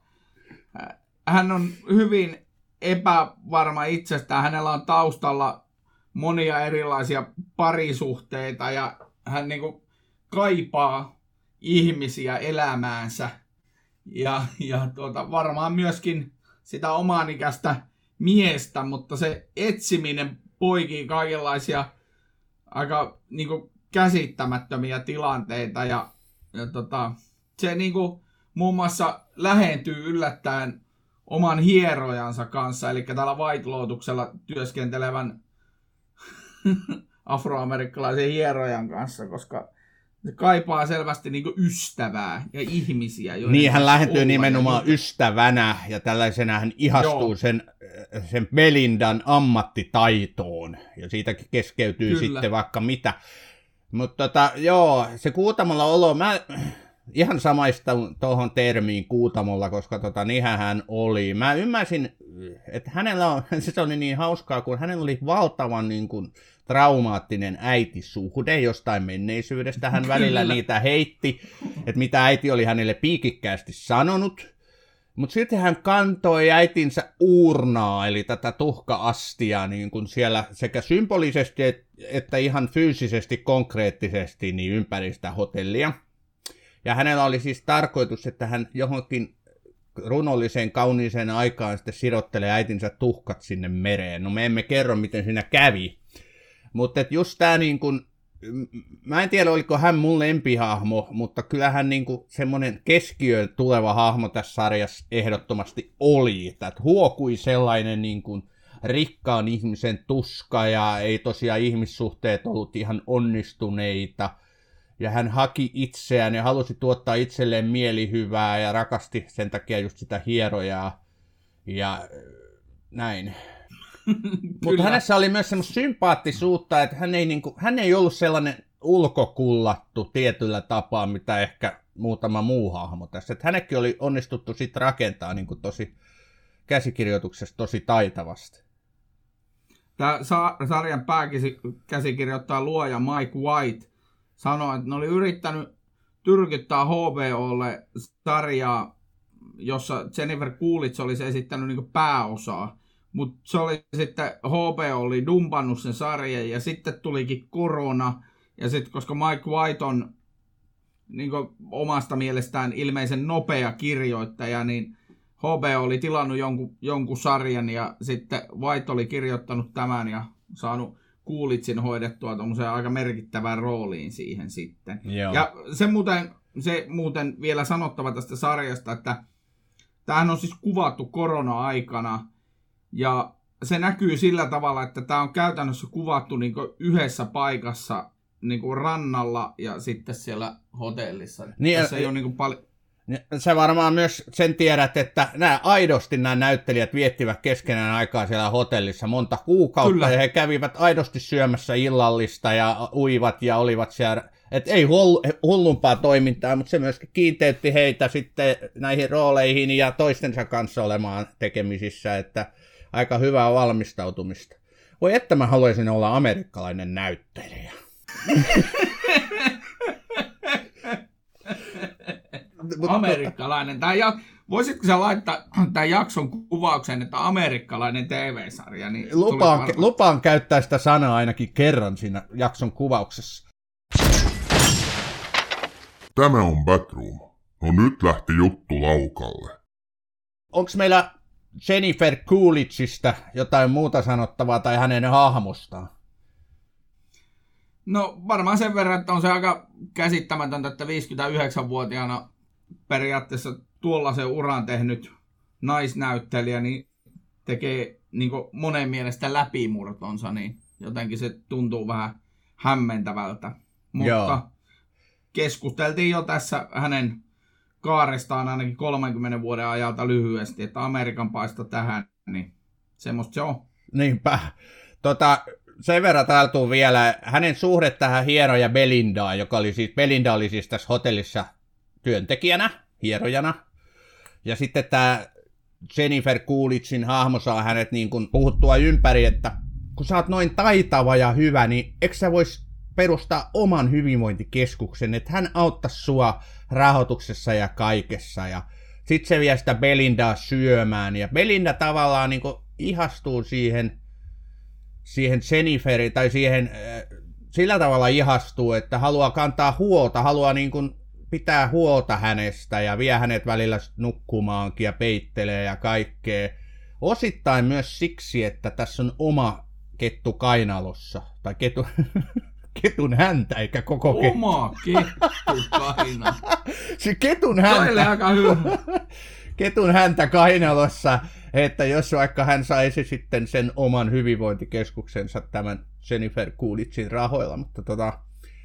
[SPEAKER 3] hän on hyvin epävarma itsestään. Hänellä on taustalla monia erilaisia parisuhteita ja hän niinku kaipaa ihmisiä elämäänsä. Ja, ja tuota, varmaan myöskin sitä omanikäistä miestä, mutta se etsiminen poikii kaikenlaisia aika niin kuin, käsittämättömiä tilanteita. Ja, ja tota, se niin kuin, muun muassa lähentyy yllättäen oman hierojansa kanssa, eli täällä White Lotuksella työskentelevän afroamerikkalaisen hierojan kanssa, koska se kaipaa selvästi niin kuin ystävää ja ihmisiä.
[SPEAKER 2] Niin, hän lähentyy nimenomaan ja ystävänä ja tällaisena hän ihastuu sen, sen Belindan ammattitaitoon ja siitäkin keskeytyy Kyllä. sitten vaikka mitä. Mutta tota, joo, se kuutamolla olo, mä ihan samaistun tuohon termiin kuutamolla, koska tota, niinhän hän oli. Mä ymmärsin, että hänellä on, se oli niin hauskaa, kun hänellä oli valtavan niin kuin, traumaattinen äitisuhde jostain menneisyydestä. Hän välillä niitä heitti, että mitä äiti oli hänelle piikikkäästi sanonut. Mutta sitten hän kantoi äitinsä uurnaa, eli tätä tuhka-astia, niin kuin siellä sekä symbolisesti että ihan fyysisesti, konkreettisesti niin ympäri sitä hotellia. Ja hänellä oli siis tarkoitus, että hän johonkin runolliseen, kauniiseen aikaan sitten sidottelee äitinsä tuhkat sinne mereen. No me emme kerro, miten siinä kävi. Mutta just tämä niin kuin, mä en tiedä, oliko hän mun lempihahmo, mutta kyllähän niin kuin semmoinen keskiöön tuleva hahmo tässä sarjassa ehdottomasti oli. Että huokui sellainen niin kuin rikkaan ihmisen tuska ja ei tosiaan ihmissuhteet ollut ihan onnistuneita. Ja hän haki itseään ja halusi tuottaa itselleen mielihyvää ja rakasti sen takia just sitä hierojaa ja näin. Mutta hänessä oli myös semmoista sympaattisuutta, että hän ei, niinku, hän ei ollut sellainen ulkokullattu tietyllä tapaa, mitä ehkä muutama muu hahmo tässä. Että hänetkin oli onnistuttu sitten rakentaa niinku tosi käsikirjoituksessa tosi taitavasti.
[SPEAKER 3] Tämä sa- sarjan pääkäsikirjoittaja luoja Mike White sanoi, että ne oli yrittänyt tyrkyttää H B O:lle sarjaa, jossa Jennifer Coolidge olisi esittänyt niinku pääosaa. Mutta se oli sitten, H B O oli dumpannut sen sarjan ja sitten tulikin korona. Ja sitten koska Mike White on niin omasta mielestään ilmeisen nopea kirjoittaja, niin H B O oli tilannut jonkun, jonkun sarjan ja sitten White oli kirjoittanut tämän ja saanut Coolidgen hoidettua tuommoiseen aika merkittävään rooliin siihen sitten.
[SPEAKER 2] Joo.
[SPEAKER 3] Ja se muuten, se muuten vielä sanottava tästä sarjasta, että tämähän on siis kuvattu korona-aikana. Ja se näkyy sillä tavalla, että tämä on käytännössä kuvattu niin kuin yhdessä paikassa niin kuin rannalla ja sitten siellä hotellissa.
[SPEAKER 2] Niin,
[SPEAKER 3] Tässä ei ole niin kuin paljon...
[SPEAKER 2] Sä varmaan myös sen tiedät, että nämä aidosti nämä näyttelijät viettivät keskenään aikaa siellä hotellissa monta kuukautta. Kyllä. Ja he kävivät aidosti syömässä illallista ja uivat ja olivat siellä. Et ei hullumpaa toimintaa, mutta se myöskin kiinteytti heitä sitten näihin rooleihin ja toistensa kanssa olemaan tekemisissä, että aika hyvää valmistautumista. Voi että mä haluaisin olla amerikkalainen näyttelijä.
[SPEAKER 3] Amerikkalainen. Tämä ja... Voisitko sä laittaa tämän jakson kuvauksen, että amerikkalainen T V-sarja? Niin
[SPEAKER 2] lupaan, varma... lupaan käyttää sitä sanaa ainakin kerran siinä jakson kuvauksessa.
[SPEAKER 1] Tämä on Batroom. No nyt lähti juttu laukalle.
[SPEAKER 2] Onko meillä Jennifer Coolidgeista jotain muuta sanottavaa tai hänen hahmostaan?
[SPEAKER 3] No varmaan sen verran, että on se aika käsittämätöntä, että viisikymmentäyhdeksänvuotiaana periaatteessa tuollaisen uran tehnyt naisnäyttelijä niin tekee niin kuin monen mielestä läpimurtonsa, niin jotenkin se tuntuu vähän hämmentävältä. Mutta Joo. keskusteltiin jo tässä hänen kaarestaan ainakin kolmenkymmenen vuoden ajalta lyhyesti, että Amerikan paista tähän, niin semmoista se on.
[SPEAKER 2] Niinpä. Tota, sen verran taltuu vielä hänen suhde tähän hieroja Belindaan, joka oli siis, Belinda oli siis tässä hotellissa työntekijänä, hierojana. Ja sitten tämä Jennifer Coolidgein hahmo saa hänet niin kuin puhuttua ympäri, että kun sä oot noin taitava ja hyvä, niin eikö sä vois perustaa oman hyvinvointikeskuksen, että hän auttaisi sua rahoituksessa ja kaikessa. Ja sitten se vie sitä Belindaa syömään. Ja Belinda tavallaan niin kuin ihastuu siihen, siihen Jenniferiin, tai siihen äh, sillä tavalla ihastuu, että haluaa kantaa huolta, haluaa niin kuin pitää huolta hänestä ja vie hänet välillä nukkumaankin ja peittelee ja kaikkea. Osittain myös siksi, että tässä on oma kettu kainalossa, tai ketu, ketun häntä, eikä koko kettu.
[SPEAKER 3] Oma kettu kainalossa.
[SPEAKER 2] Se ketun häntä.
[SPEAKER 3] Aika hyvä.
[SPEAKER 2] Ketun häntä kainalossa, että jos vaikka hän saisi sitten sen oman hyvinvointikeskuksensa tämän Jennifer Coolidgein rahoilla, mutta tota...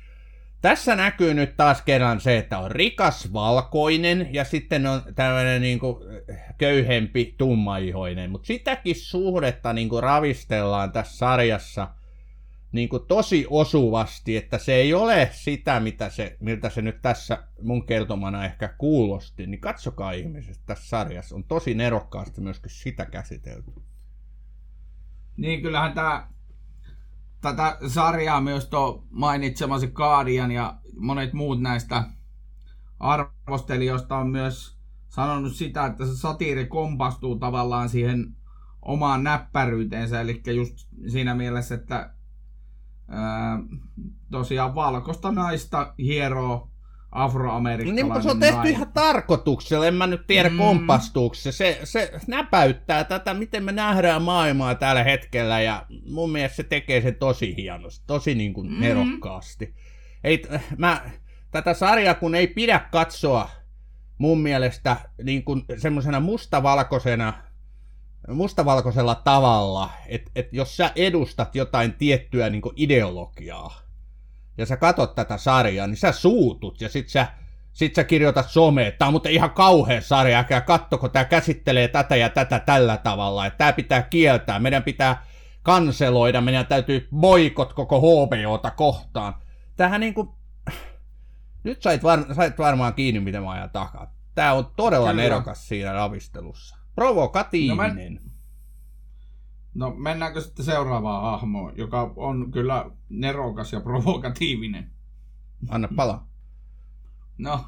[SPEAKER 2] Tässä näkyy nyt taas kerran se, että on rikas valkoinen ja sitten on tämmöinen niinku köyhempi tummaihoinen. Mutta sitäkin suhdetta niinku ravistellaan tässä sarjassa niinku tosi osuvasti, että se ei ole sitä, mitä se, miltä se nyt tässä mun kertomana ehkä kuulosti. Niin katsokaa ihmiset, tässä sarjassa on tosi nerokkaasti myöskin sitä käsitelty.
[SPEAKER 3] Niin kyllähän tämä tätä sarjaa myös tuo mainitsemasi Guardian ja monet muut näistä arvostelijoista on myös sanonut sitä, että se satiiri kompastuu tavallaan siihen omaan näppäryyteensä, eli just siinä mielessä, että ää, tosiaan valkoista naista hieroo afroamerikkalainen
[SPEAKER 2] niin, mutta se on tehty
[SPEAKER 3] nainen.
[SPEAKER 2] ihan tarkoituksella, en mä nyt tiedä mm. kompastuuko se. se. Se näpäyttää tätä, miten me nähdään maailmaa tällä hetkellä, ja mun mielestä se tekee sen tosi hienosti, tosi niin kuin mm. nerokkaasti. Ei, mä, tätä sarjaa kun ei pidä katsoa mun mielestä niin kuin semmoisena mustavalkoisena, mustavalkoisella tavalla, että et jos sä edustat jotain tiettyä niin kuin ideologiaa, ja sä katot tätä sarjaa, niin sä suutut, ja sit sä, sit sä kirjoitat someen, että tää on muuten ihan kauhea sarja, ja kattoko, tää käsittelee tätä ja tätä tällä tavalla, että tää pitää kieltää, meidän pitää kanseloida, meidän täytyy boikot koko H B O:ta kohtaan. Tämähän niinku, nyt sait, var, sait varmaan kiinni, mitä mä ajan takaa. Tää on todella Kyllä. nerokas siinä ravistelussa. Provokatiivinen. No, mä...
[SPEAKER 3] No mennäänkö sitten seuraavaan hahmoon, joka on kyllä nerokas ja provokatiivinen.
[SPEAKER 2] Anna palaa.
[SPEAKER 3] No,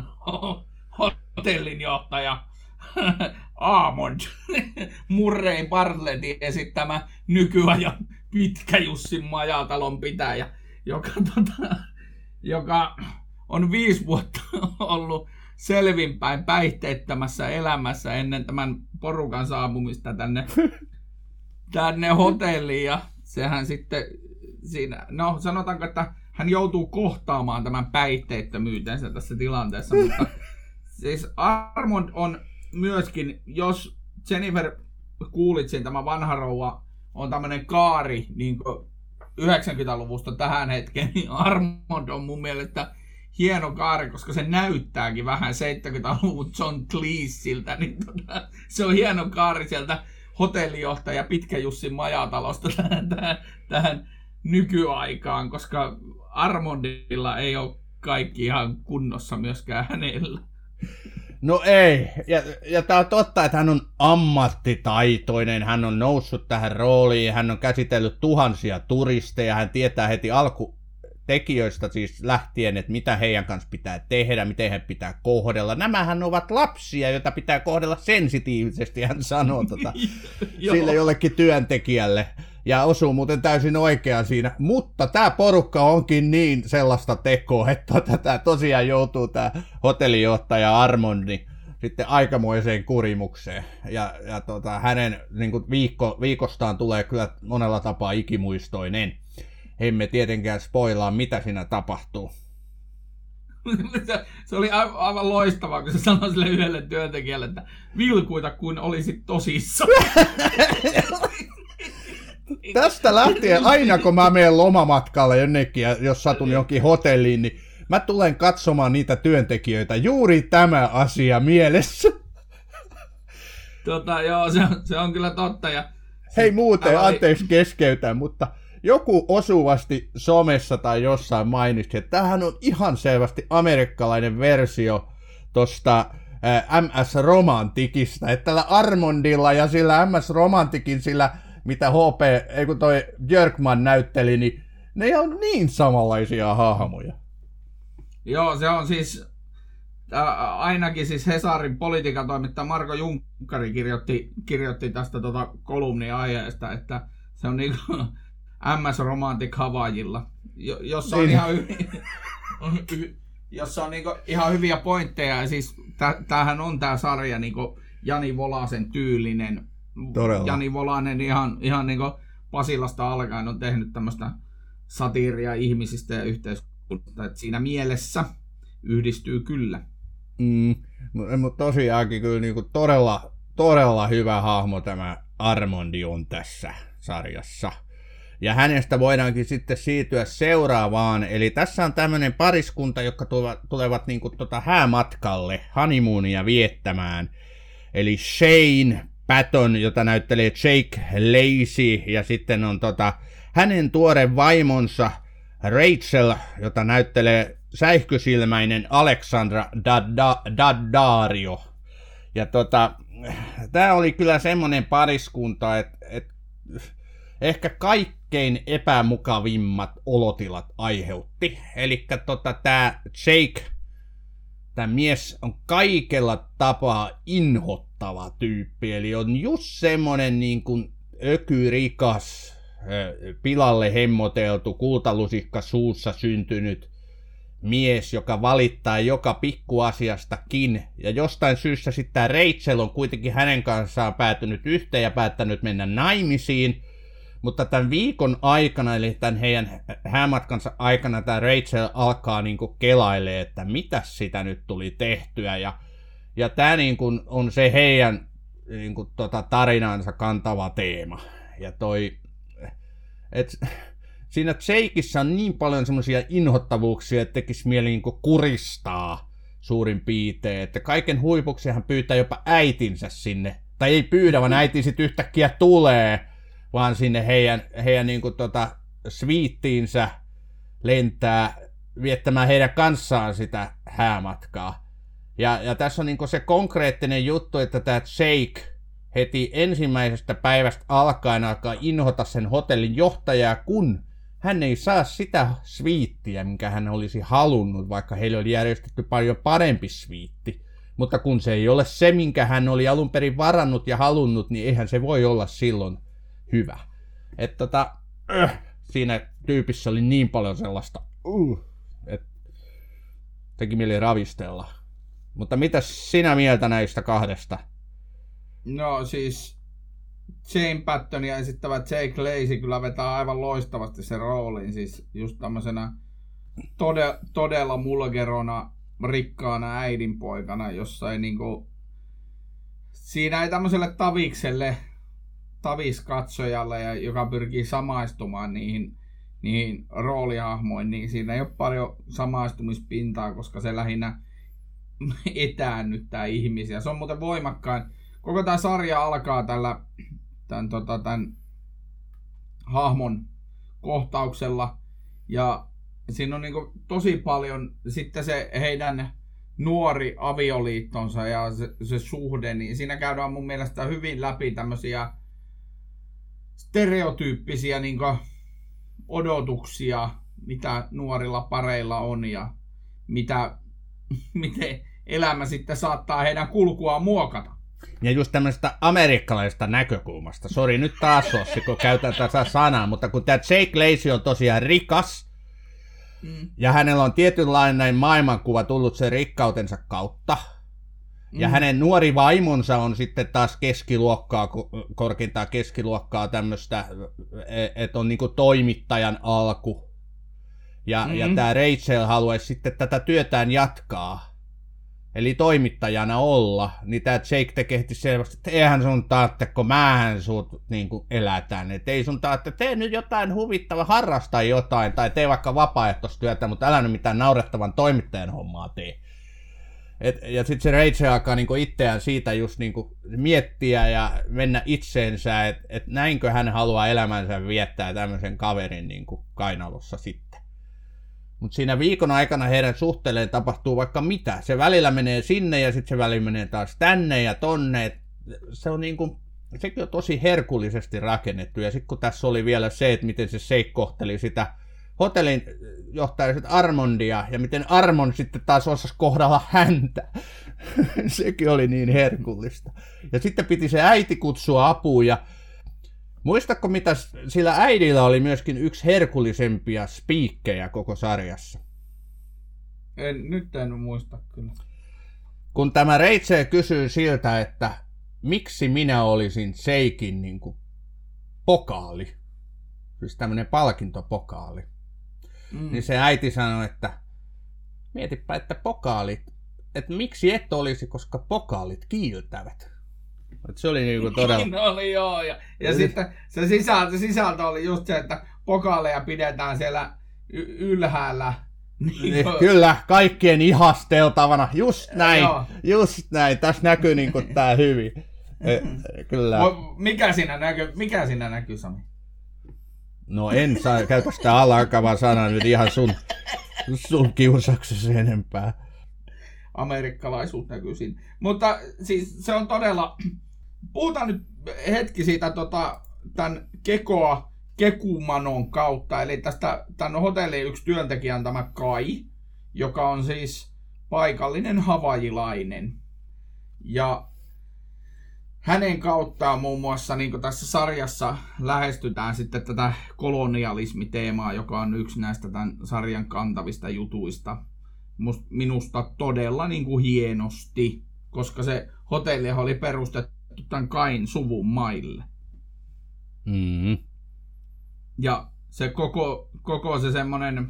[SPEAKER 3] hotellinjohtaja Aamond, Murray Bartlettin esittämä nykyajan pitkä Jussin majatalon pitäjä, joka, tota, joka on viisi vuotta ollut selvinpäin päihteettömässä elämässä ennen tämän porukan saapumista tänne tänne hotelliin, ja sehän sitten siinä, no sanotaanko, että hän joutuu kohtaamaan tämän päihteettömyytensä tässä tilanteessa, mutta siis Armond on myöskin, jos Jennifer Coolidgein tämä vanha rouva on tämmöinen kaari niin yhdeksänkymmentäluvusta tähän hetkeen, niin Armond on mun mielestä hieno kaari, koska se näyttääkin vähän seitsemänkymmentäluvun John Cleeseiltä, niin tota, se on hieno kaari sieltä hotellijohtaja Pitkä Jussin majatalosta tähän, tähän, tähän nykyaikaan, koska Armondilla ei ole kaikki ihan kunnossa myöskään hänellä.
[SPEAKER 2] No ei, ja, ja tämä on totta, että hän on ammattitaitoinen, hän on noussut tähän rooliin, hän on käsitellyt tuhansia turisteja, hän tietää heti alkutekijöistä siis lähtien, että mitä heidän kanssa pitää tehdä, miten he pitää kohdella. Nämähän ovat lapsia, joita pitää kohdella sensitiivisesti, hän sanoo tota, sille jollekin työntekijälle. Ja osuu muuten täysin oikeaan siinä, mutta tämä porukka onkin niin sellaista tekoa, että tämä tosiaan joutuu tämä hotellijohtaja Armondi sitten aikamoiseen kurimukseen. Ja, ja tota, hänen niin kuin viikko, viikostaan tulee kyllä monella tapaa ikimuistoinen. Emme tietenkään spoilaa, mitä siinä tapahtuu.
[SPEAKER 3] Se oli aivan loistavaa, kun se sanoi sille yhdelle työntekijälle, että vilkuita kuin olisit tosissaan.
[SPEAKER 2] Tästä lähtien aina kun mä menen lomamatkalle jonnekin ja jos satun jonkin hotelliin, niin mä tulen katsomaan niitä työntekijöitä. Juuri tämä asia mielessä.
[SPEAKER 3] Tota, joo, se on, se on kyllä totta. Ja
[SPEAKER 2] hei muuten, anteeksi keskeytän, mutta joku osuvasti somessa tai jossain mainitsi, että tämähän on ihan selvästi amerikkalainen versio tosta M S Romantikista. Että tällä Armondilla ja sillä M S Romantikin sillä mitä H P, ei kun toi Björkman näytteli, niin ne on niin samanlaisia hahmoja.
[SPEAKER 3] Joo, se on siis, äh, ainakin siis Hesarin politiikatoimittaja Marko Junkkari kirjoitti, kirjoitti tästä tota kolumnia aiheesta, että se on niinku M S Romantic Havaijilla, jossa on, ihan, hy- jossa on niinku ihan hyviä pointteja, ja siis tämähän on tää sarja niinku Jani Volasen tyylinen.
[SPEAKER 2] Todella.
[SPEAKER 3] Jani Volanen ihan, ihan niin kuin Pasilasta alkaen on tehnyt tämmöistä satiiria ihmisistä ja yhteiskunnasta, että siinä mielessä yhdistyy kyllä.
[SPEAKER 2] Mm, mutta tosiaankin kyllä niin kuin todella, todella hyvä hahmo tämä Armondi on tässä sarjassa. Ja hänestä voidaankin sitten siirtyä seuraavaan, eli tässä on tämmöinen pariskunta, jotka tulevat, tulevat niin kuin tota häämatkalle honeymoonia viettämään, eli Shane Patton, jota näyttelee Jake Lacy, ja sitten on tota, hänen tuore vaimonsa Rachel, jota näyttelee säihkysilmäinen Alexandra Daddario. Ja tota, tää oli kyllä semmonen pariskunta, että et, ehkä kaik, kaikkein epämukavimmat olotilat aiheutti. Elikkä tota, tää Jake, tämä mies on kaikella tapaa inhottava tyyppi, eli on just semmonen niin kuin ökyrikas, pilalle hemmoteltu, kultalusikka suussa syntynyt mies, joka valittaa joka pikkuasiastakin, ja jostain syystä sitten tämä Rachel on kuitenkin hänen kanssaan päätynyt yhteen ja päättänyt mennä naimisiin, mutta tämän viikon aikana, eli tämän heidän häämatkansa aikana, tämä Rachel alkaa niinku kelailee, että mitä sitä nyt tuli tehtyä, ja, ja tämä niinku on se heidän niinku tota tarinansa kantava teema. Ja toi, et, siinä Jakeissa on niin paljon semmoisia inhottavuuksia, että tekisi mieli niinku kuristaa suurin piirtein, että kaiken huipuksi hän pyytää jopa äitinsä sinne, tai ei pyydä, vaan äiti sitten yhtäkkiä tulee, vaan sinne heidän, heidän niin kuin tota, sviittiinsä lentää viettämään heidän kanssaan sitä häämatkaa. Ja, ja tässä on niin kuin se konkreettinen juttu, että tämä Jake heti ensimmäisestä päivästä alkaen alkaa inhota sen hotellin johtajaa, kun hän ei saa sitä sviittiä, minkä hän olisi halunnut, vaikka heille oli järjestetty paljon parempi sviitti. Mutta kun se ei ole se, minkä hän oli alun perin varannut ja halunnut, niin eihän se voi olla silloin hyvä. Että tota, äh, siinä tyypissä oli niin paljon sellaista, uh, että teki mieli ravistella. Mutta mitä sinä mieltä näistä kahdesta?
[SPEAKER 3] No siis Jane Pattonia esittävä Jake Lacy kyllä vetää aivan loistavasti sen roolin. Siis just tämmöisenä tode, todella mulgerona, rikkaana äidinpoikana, jossa ei niinku, siinä ei tämmöiselle tavikselle, taviskatsojalle, ja joka pyrkii samaistumaan niihin, niihin roolihahmoihin, niin siinä ei ole paljon samaistumispintaa, koska se lähinnä etäännyttää ihmisiä. Se on muuten voimakkain. Koko tämä sarja alkaa tällä tämän, tota, tämän hahmon kohtauksella, ja siinä on niinku tosi paljon sitten se heidän nuori avioliittonsa ja se, se suhde, niin siinä käydään mun mielestä hyvin läpi tämmöisiä stereotyyppisiä niinku odotuksia, mitä nuorilla pareilla on ja mitä, miten elämä sitten saattaa heidän kulkuaan muokata.
[SPEAKER 2] Ja just tämmöisestä amerikkalaisesta näkökulmasta. Sori nyt taas Ossi, kun käytän tätä sanaa, mutta kun tämä Jake Lacy on tosiaan rikas, mm. ja hänellä on tietynlainen maailmankuva tullut sen rikkautensa kautta, mm. ja hänen nuori vaimonsa on sitten taas keskiluokkaa, korkeintaan keskiluokkaa tämmöistä, että on niinku toimittajan alku. Ja, mm. ja tämä Rachel haluaisi sitten tätä työtään jatkaa. Eli toimittajana olla, niin tämä Jake tekee selvästi, että eihän sun tarvitse, kun mähän sut niin elätään. Että ei sun tarvitse, tee nyt jotain huvittavaa, harrasta jotain, tai tee vaikka vapaaehtoistyötä, mutta älä nyt mitään naurettavan toimittajan hommaa tee. Et, ja sitten se Rachel alkaa niinku itseään siitä just niinku miettiä ja mennä itseensä, että et näinkö hän haluaa elämänsä viettää tämmöisen kaverin niinku kainalossa sitten. Mutta siinä viikon aikana heidän suhteelleen tapahtuu vaikka mitä. Se välillä menee sinne ja sitten se välillä menee taas tänne ja tonne. Se on niinku, sekin on tosi herkullisesti rakennettu. Ja sitten kun tässä oli vielä se, että miten se Jake kohteli sitä hotellin johtaja Armondia ja miten Armond sitten taas osasi kohdalla häntä. Sekin oli niin herkullista. Ja sitten piti se äiti kutsua apuun ja muistatko, mitä sillä äidillä oli myöskin yksi herkullisempia spiikkejä koko sarjassa?
[SPEAKER 3] En, nyt en muista kyllä.
[SPEAKER 2] Kun tämä Rachel kysyy siltä, että miksi minä olisin Jaken niin kuin pokaali, siis tämmöinen palkintopokaali, mm. niin se äiti sanoi, että mietipä, että pokaalit, että miksi et olisi, koska pokaalit kiiltävät. Et se oli niinku todella...
[SPEAKER 3] Niin oli joo, ja, ja sitten se sisältö, sisältö oli just se, että pokaaleja pidetään siellä y- ylhäällä.
[SPEAKER 2] Niin, kyllä, kaikkien ihasteltavana, just näin, joo. just näin, tässä näkyy niinku tää hyvin. E, kyllä.
[SPEAKER 3] Mikä siinä näkyy, mikä siinä näkyy, Sami?
[SPEAKER 2] No en saa käytä sitä alakavaa sanaa nyt ihan sun, sun kiusaksesi enempää.
[SPEAKER 3] Amerikkalaisuus näkyy siinä. Mutta siis se on todella... Puhutaan nyt hetki siitä tota, tämän kekoa Kekumanon kautta. Eli tästä tämän hotellin yksi työntekijä on tämä Kai, joka on siis paikallinen havajilainen. Ja hänen kauttaan muun muassa niin kuin tässä sarjassa lähestytään sitten tätä kolonialismiteemaa, joka on yksi näistä tämän sarjan kantavista jutuista. Minusta todella niin kuin hienosti, koska se hotelli oli perustettu tämän Kain suvun maille.
[SPEAKER 2] Mm.
[SPEAKER 3] Ja se koko, koko se semmoinen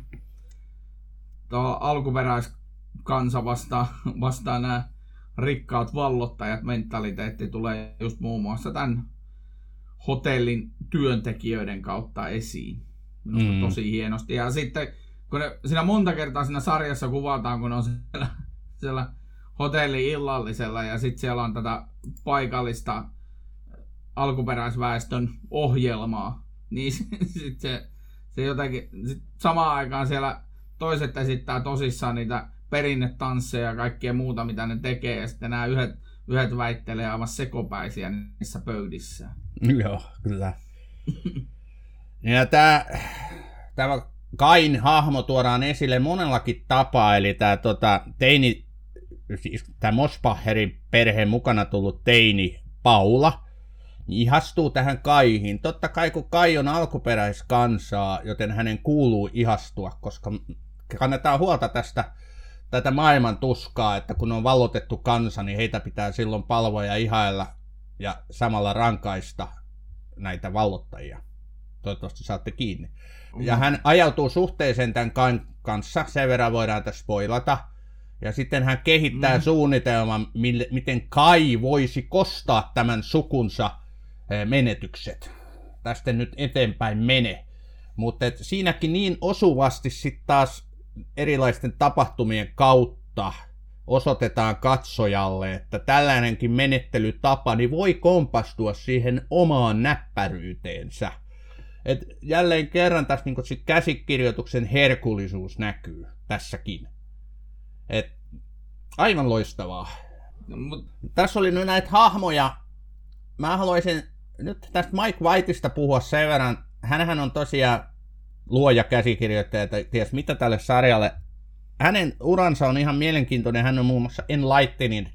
[SPEAKER 3] alkuperäiskansa vastaan, vastaan nämä rikkaat vallottajat mentaliteetti tulee just muun muassa tämän hotellin työntekijöiden kautta esiin. Minusta mm. tosi hienosti. Ja sitten kun ne, siinä monta kertaa siinä sarjassa kuvataan, kun ne on siellä, siellä hotellin illallisella ja sitten siellä on tätä paikallista alkuperäisväestön ohjelmaa, niin sitten se, se jotenkin, sit samaan aikaan siellä toiset esittää tosissaan niitä perinnetansseja ja kaikkea muuta, mitä ne tekee, ja sitten nämä yhdet, yhdet väittelee aivan sekopäisiä niissä pöydissä.
[SPEAKER 2] Joo, kyllä. Ja tämä, tämä Kain hahmo tuodaan esille monellakin tapaa, eli tämä tota, teini, siis tämä Mosbacherin perheen mukana tullut teini Paula, ihastuu tähän Kaihin. Totta kai kun Kai on alkuperäiskansaa, joten hänen kuuluu ihastua, koska kannetaan huolta tästä tätä maailman tuskaa, että kun on vallotettu kansa, niin heitä pitää silloin palvoa ja ihailla ja samalla rankaista näitä vallottajia. Toivottavasti saatte kiinni. Ja hän ajautuu suhteeseen tämän Kain kanssa, sen verran voidaan tässä spoilata. Ja sitten hän kehittää mm. suunnitelman, miten Kai voisi kostaa tämän sukunsa menetykset. Tästä nyt eteenpäin mene. Mutta siinäkin niin osuvasti sitten taas erilaisten tapahtumien kautta osoitetaan katsojalle, että tällainenkin menettelytapa niin voi kompastua siihen omaan näppäryyteensä. Et jälleen kerran tässä niin sit käsikirjoituksen herkullisuus näkyy tässäkin. Et aivan loistavaa.
[SPEAKER 3] No, mut...
[SPEAKER 2] Tässä oli nyt näitä hahmoja. Mä haluaisin nyt tästä Mike Whiteista puhua sen verran. Hänhän on tosiaan luoja käsikirjoittaja, että ties mitä tälle sarjalle. Hänen uransa on ihan mielenkiintoinen. Hän on muun muassa Enlightened.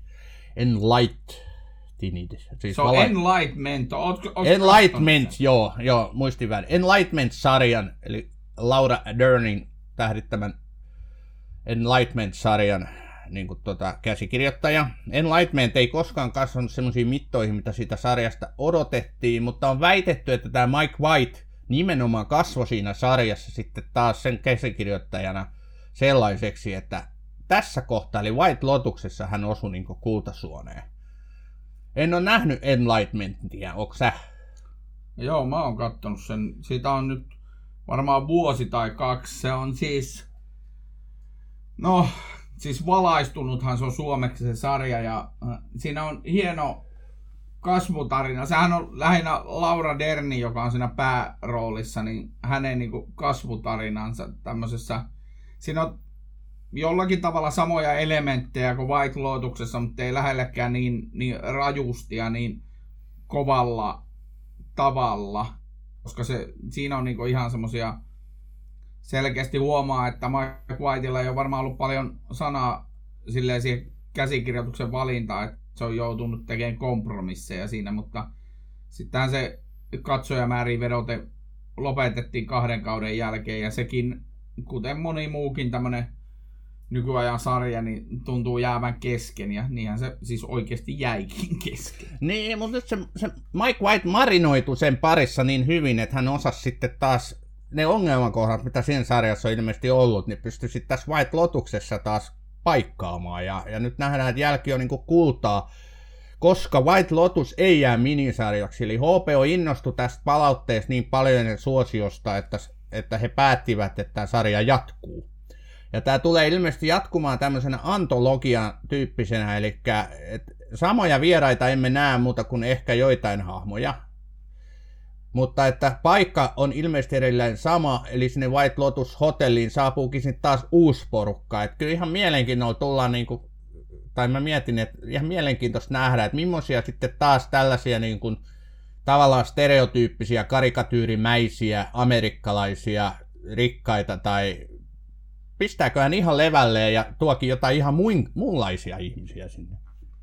[SPEAKER 2] Enlightened. Siis
[SPEAKER 3] se on vala... Enlightenment. Ootko, ootko
[SPEAKER 2] Enlightenment, joo, joo, muistin väärin. Enlightenment-sarjan, eli Laura Dernin tähdittämän Enlightenment-sarjan niin kuin tuota, käsikirjoittaja. Enlightenment ei koskaan kasvanut semmoisiin mittoihin, mitä siitä sarjasta odotettiin, mutta on väitetty, että tämä Mike White nimenomaan kasvoi siinä sarjassa sitten taas sen käsikirjoittajana sellaiseksi, että tässä kohtaa, eli White Lotuksessa, hän osui niin kuin kultasuoneen. En ole nähnyt Enlightenmentia, onko sä?
[SPEAKER 3] Joo, mä oon kattonut sen. Siitä on nyt varmaan vuosi tai kaksi. Se on siis... No, siis valaistunuthan se on suomeksi se sarja ja siinä on hieno kasvutarina. Sehän on lähinnä Laura Derni, joka on siinä pääroolissa, niin hänen niin kuin kasvutarinansa tämmöisessä. Siinä on jollakin tavalla samoja elementtejä kuin White Lotuksessa, mutta ei lähellekään niin, niin rajusti ja niin kovalla tavalla, koska se, siinä on niin kuin ihan semmoisia selkeästi huomaa, että Mike Whitella ei ole varmaan ollut paljon sanaa silleen siihen käsikirjoituksen valintaan, että se on joutunut tekemään kompromisseja siinä, mutta sittenhän se katsojamääriin vedoten lopetettiin kahden kauden jälkeen ja sekin, kuten moni muukin tämmönen nykyajan sarja, niin tuntuu jäävän kesken ja niinhän se siis oikeasti jäikin kesken.
[SPEAKER 2] Niin, mutta nyt se, se Mike White marinoitu sen parissa niin hyvin, että hän osasi sitten taas ne ongelmakohdat, mitä siinä sarjassa on ilmeisesti ollut, niin pystyi sitten tässä White Lotuksessa taas paikkaamaan. Ja, ja nyt nähdään, että jälki on niin kuin kultaa, koska White Lotus ei jää minisarjaksi. Eli H B O innostui tästä palautteesta niin paljon suosiosta, että, että he päättivät, että tämä sarja jatkuu. Ja tämä tulee ilmeisesti jatkumaan tämmöisenä antologian tyyppisenä, eli samoja vieraita emme näe muuta kuin ehkä joitain hahmoja. Mutta että paikka on ilmeisesti edelleen sama, eli sinne White Lotus hotelliin saapuukin sitten taas uusi porukka. Että kyllä ihan mielenkiintoista tullaan, niin kuin, tai mä mietin, että ihan mielenkiintoista nähdä, että millaisia sitten taas tällaisia niin kuin tavallaan stereotyyppisiä, karikatyyrimäisiä, amerikkalaisia, rikkaita tai pistääkö hän ihan levälleen ja tuokin jotain ihan muin, muunlaisia ihmisiä sinne?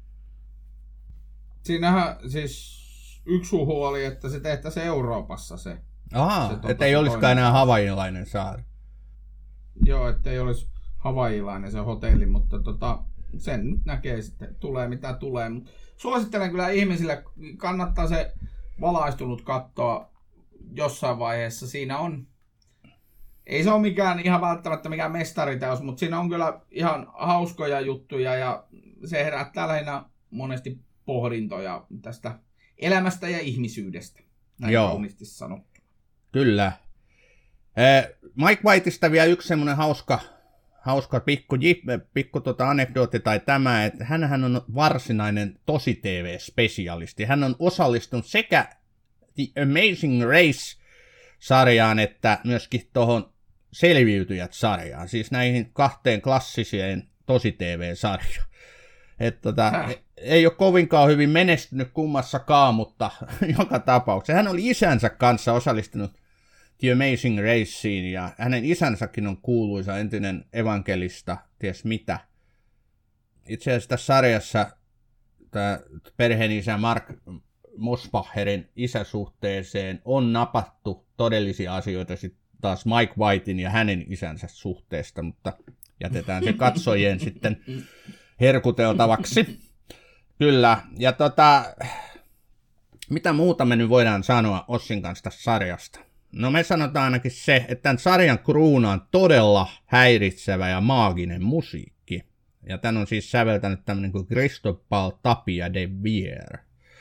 [SPEAKER 3] Siinähän siis yksi huhu oli, että se tehtäisiin Euroopassa se.
[SPEAKER 2] Aha, että ei olisikaan enää hawaiilainen saari.
[SPEAKER 3] Joo, että ei olisi hawaiilainen se hotelli, mutta tota, sen nyt näkee sitten, tulee mitä tulee. Mut suosittelen kyllä ihmisille, kannattaa se valaistunut katsoa jossain vaiheessa. Siinä on, ei se ole mikään ihan välttämättä mikään mestariteos, mutta siinä on kyllä ihan hauskoja juttuja ja se herättää lähinnä monesti pohdintoja tästä elämästä ja ihmisyydestä. Näin kauniisti sanottu.
[SPEAKER 2] Kyllä. Mike Whiteista vielä yksi semmoinen hauska, hauska pikku, pikku tota anekdootti tai tämä, että hänhän on varsinainen tosi-T V-spesialisti. Hän on osallistunut sekä The Amazing Race-sarjaan että myöskin tuohon Selviytyjät-sarjaan, siis näihin kahteen klassiseen tosi-T V-sarjaan. Että tota, ei ole kovinkaan hyvin menestynyt kummassakaan, mutta joka tapauksessa. Hän oli isänsä kanssa osallistunut The Amazing Raceen, ja hänen isänsäkin on kuuluisa entinen evankelista, ties mitä. Itse asiassa tässä sarjassa tämä perheen isä Mark Mosbacherin isäsuhteeseen on napattu todellisia asioita sitten taas Mike Whitein ja hänen isänsä suhteesta, mutta jätetään se katsojien sitten herkuteltavaksi. Kyllä, ja tota, mitä muuta me nyt voidaan sanoa Ossin kanssa tästä sarjasta? No me sanotaan ainakin se, että tämän sarjan kruuna on todella häiritsevä ja maaginen musiikki. Ja tän on siis säveltänyt tämmönen kuin Cristobal Tapia de Vier.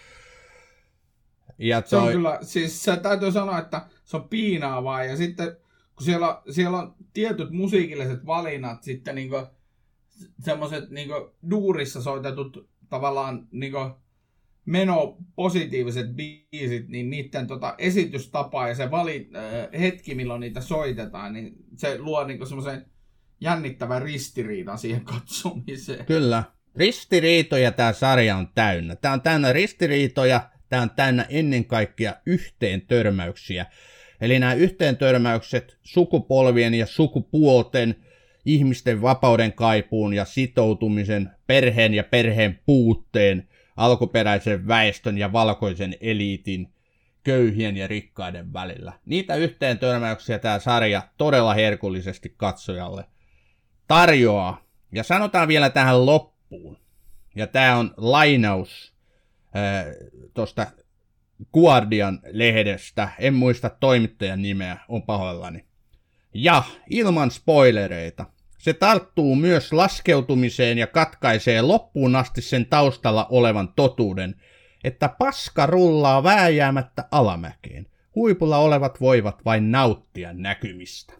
[SPEAKER 2] Ja toi... Se
[SPEAKER 3] on kyllä, siis se täytyy sanoa, että se on piinaavaa ja sitten kun siellä, siellä on tietyt musiikilliset valinnat, sitten niinku semmoiset niinku duurissa soitetut tavallaan niinku menopositiiviset biisit, niin niiden tota esitystapa ja se vali, äh, hetki, milloin niitä soitetaan, niin se luo niinku semmoisen jännittävän ristiriidan siihen katsomiseen.
[SPEAKER 2] Kyllä. Ristiriitoja tämä sarja on täynnä. Tämä on täynnä ristiriitoja, tämä on täynnä ennen kaikkea yhteen törmäyksiä. Eli nämä yhteen törmäykset sukupolvien ja sukupuolten, ihmisten vapauden kaipuun ja sitoutumisen, perheen ja perheen puutteen, alkuperäisen väestön ja valkoisen eliitin, köyhien ja rikkaiden välillä. Niitä yhteen törmäyksiä tämä sarja todella herkullisesti katsojalle tarjoaa. Ja sanotaan vielä tähän loppuun, ja tämä on lainaus äh, tuosta Guardian-lehdestä, en muista toimittajan nimeä, on pahoillani. Ja ilman spoilereita. Se tarttuu myös laskeutumiseen ja katkaisee loppuun asti sen taustalla olevan totuuden, että paska rullaa vääjäämättä alamäkeen. Huipulla olevat voivat vain nauttia näkymistä.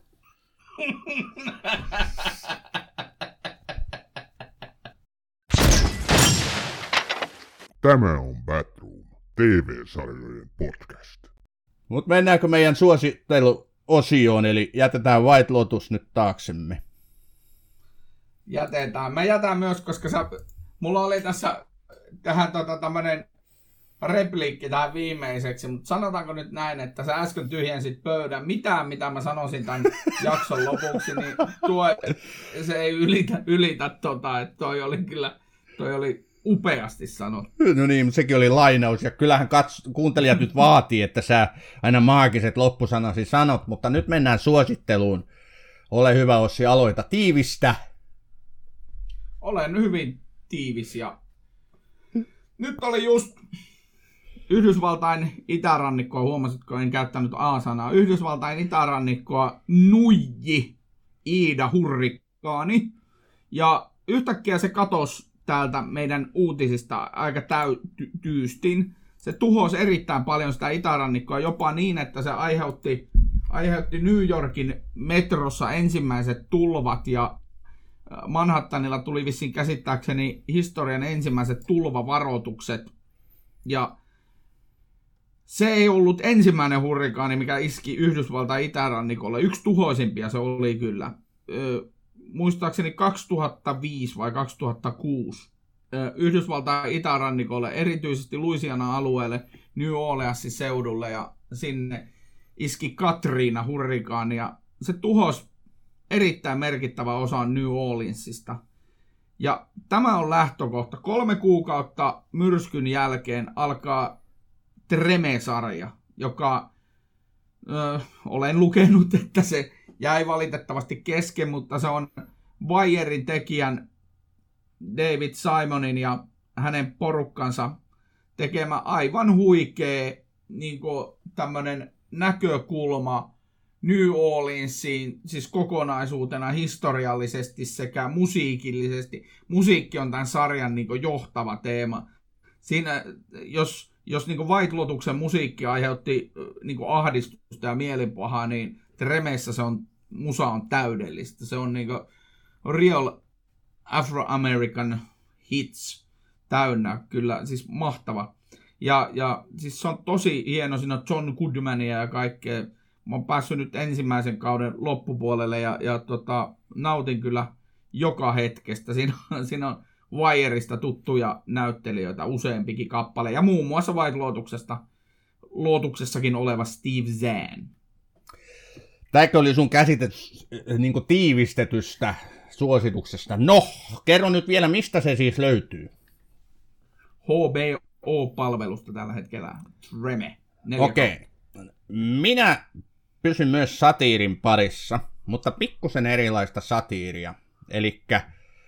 [SPEAKER 1] Tämä on Batroom, T V-sarjojen podcast.
[SPEAKER 2] Mut mennäänkö meidän suositteluosioon, eli jätetään White Lotus nyt taaksemme?
[SPEAKER 3] Jätetään. Mä jätän myös, koska sä, mulla oli tässä tähän tota, tämmönen repliikki tähän viimeiseksi, mutta sanotaanko nyt näin, että sä äsken tyhjensit pöydän. Mitään, mitä mä sanoisin tämän jakson lopuksi, niin tuo, se ei ylitä, ylitä tota, että toi oli kyllä, toi oli upeasti sanottu.
[SPEAKER 2] No niin, mutta sekin oli lainaus, ja kyllähän kats- kuuntelijat nyt vaatii, että sä aina maagiset loppusanasi sanot, mutta nyt mennään suositteluun. Ole hyvä, Ossi, aloita tiivistä.
[SPEAKER 3] Olen hyvin tiivis ja nyt oli just Yhdysvaltain itärannikkoa, huomasitko, en käyttänyt A-sanaa, Yhdysvaltain itärannikkoa nuiji Iida hurrikaani ja yhtäkkiä se katosi täältä meidän uutisista aika täytyystin. Se tuhosi erittäin paljon sitä itärannikkoa, jopa niin, että se aiheutti, aiheutti New Yorkin metrossa ensimmäiset tulvat ja Manhattanilla tuli vissiin käsittääkseni historian ensimmäiset tulvavaroitukset. Ja se ei ollut ensimmäinen hurrikaani, mikä iski Yhdysvaltain itärannikolle. Yksi tuhoisimpia se oli kyllä. Ö, muistaakseni kaksituhattaviisi vai kaksituhattakuusi Yhdysvaltain itärannikolle, erityisesti Louisiana-alueelle, New Orleansin seudulle, ja sinne iski Katrina hurrikaani, ja se tuhosi erittäin merkittävä osa New Orleansista. Ja tämä on lähtökohta. Kolme kuukautta myrskyn jälkeen alkaa Treme-sarja, joka ö, olen lukenut, että se jäi valitettavasti kesken, mutta se on Wiren tekijän David Simonin ja hänen porukkansa tekemä aivan huikea niin kuin tämmöinen näkökulma New Orleansiin, siis kokonaisuutena historiallisesti sekä musiikillisesti. Musiikki on tämän sarjan niin kuin johtava teema. Siinä, jos, jos niin kuin White Lotuksen musiikki aiheutti niin kuin ahdistusta ja mielipahaa, niin Tremeissä se on, musa on täydellistä. Se on niin kuin real Afro-American hits täynnä, kyllä, siis mahtava. Ja, ja siis se on tosi hieno, siinä on John Goodmania ja kaikkea. Mä oon päässyt nyt ensimmäisen kauden loppupuolelle ja, ja tota, nautin kyllä joka hetkestä. Siinä, siinä on Wireista tuttuja näyttelijöitä, useampikin kappale. Ja muun muassa White Lotuksesta, Lotuksessakin oleva Steve Zahn.
[SPEAKER 2] Tämäkö oli sun käsitys niin kuin tiivistetystä suosituksesta? No, kerro nyt vielä, mistä se siis löytyy.
[SPEAKER 3] H B O-palvelusta tällä hetkellä. Treme.
[SPEAKER 2] Okei. Okay. Minä pysyn myös satiirin parissa, mutta pikkusen erilaista satiiria. Elikkä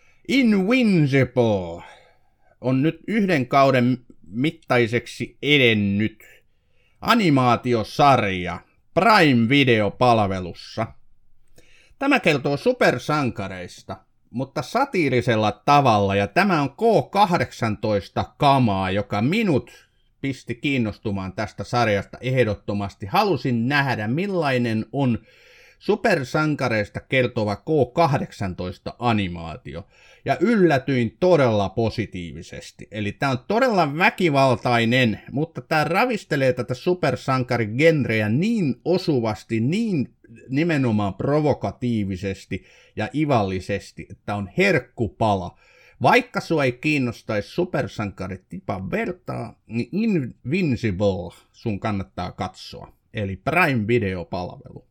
[SPEAKER 2] Invincible on nyt yhden kauden mittaiseksi edennyt animaatiosarja Prime-videopalvelussa. Tämä kertoo supersankareista, mutta satiirisella tavalla, ja tämä on K kahdeksantoista-kamaa, joka minut pisti kiinnostumaan tästä sarjasta ehdottomasti. Halusin nähdä, millainen on supersankareista kertova K kahdeksantoista-animaatio, ja yllätyin todella positiivisesti. Eli tämä on todella väkivaltainen, mutta tämä ravistelee tätä supersankarigenreä niin osuvasti, niin nimenomaan provokatiivisesti ja ivallisesti, että on herkkupala. Vaikka sua ei kiinnostaisi supersankarit tipan vertaa, niin Invincible sun kannattaa katsoa. Eli Prime-videopalvelu.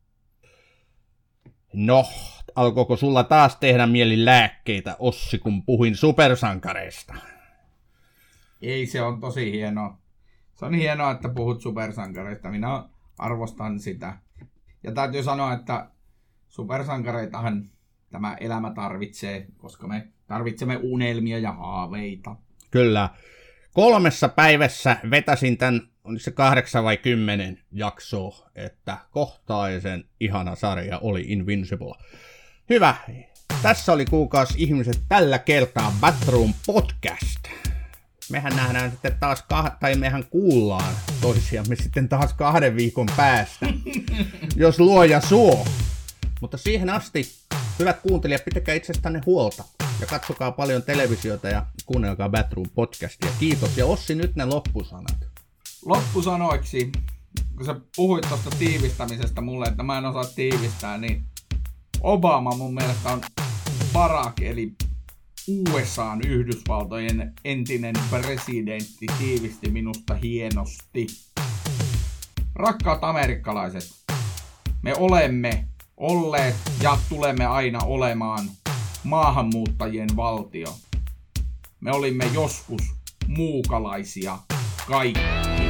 [SPEAKER 2] No, alkoiko sulla taas tehdä mieli lääkkeitä, Ossi, kun puhuin supersankareista?
[SPEAKER 3] Ei, se on tosi hienoa. Se on hienoa, että puhut supersankareista. Minä arvostan sitä. Ja täytyy sanoa, että supersankareitahan tämä elämä tarvitsee, koska me tarvitsemme unelmia ja haaveita.
[SPEAKER 2] Kyllä. Kolmessa päivässä vetäsin tämän, on se kahdeksan vai kymmenen jaksoa, että kohtaisen ihana sarja oli Invincible. Hyvä. Tässä oli kuukaus ihmiset tällä kertaa Batroom Podcast. Mehän nähdään sitten taas, kah- tai mehän kuullaan toisiamme sitten taas kahden viikon päästä, jos luoja suo. Mutta siihen asti, hyvät kuuntelijat, pitäkää itsestänne huolta. Ja katsokaa paljon televisiota ja kuunnelkaa Batroom Podcastia. Kiitos. Ja Ossi, nyt ne loppusanat.
[SPEAKER 3] Loppusanoiksi, kun sä puhuit tuosta tiivistämisestä mulle, että mä en osaa tiivistää, niin Obama mun mielestä on Barack, eli U S A:n Yhdysvaltojen entinen presidentti, tiivisti minusta hienosti. Rakkaat amerikkalaiset, me olemme olleet ja tulemme aina olemaan maahanmuuttajien valtio. Me olimme joskus muukalaisia kaikki.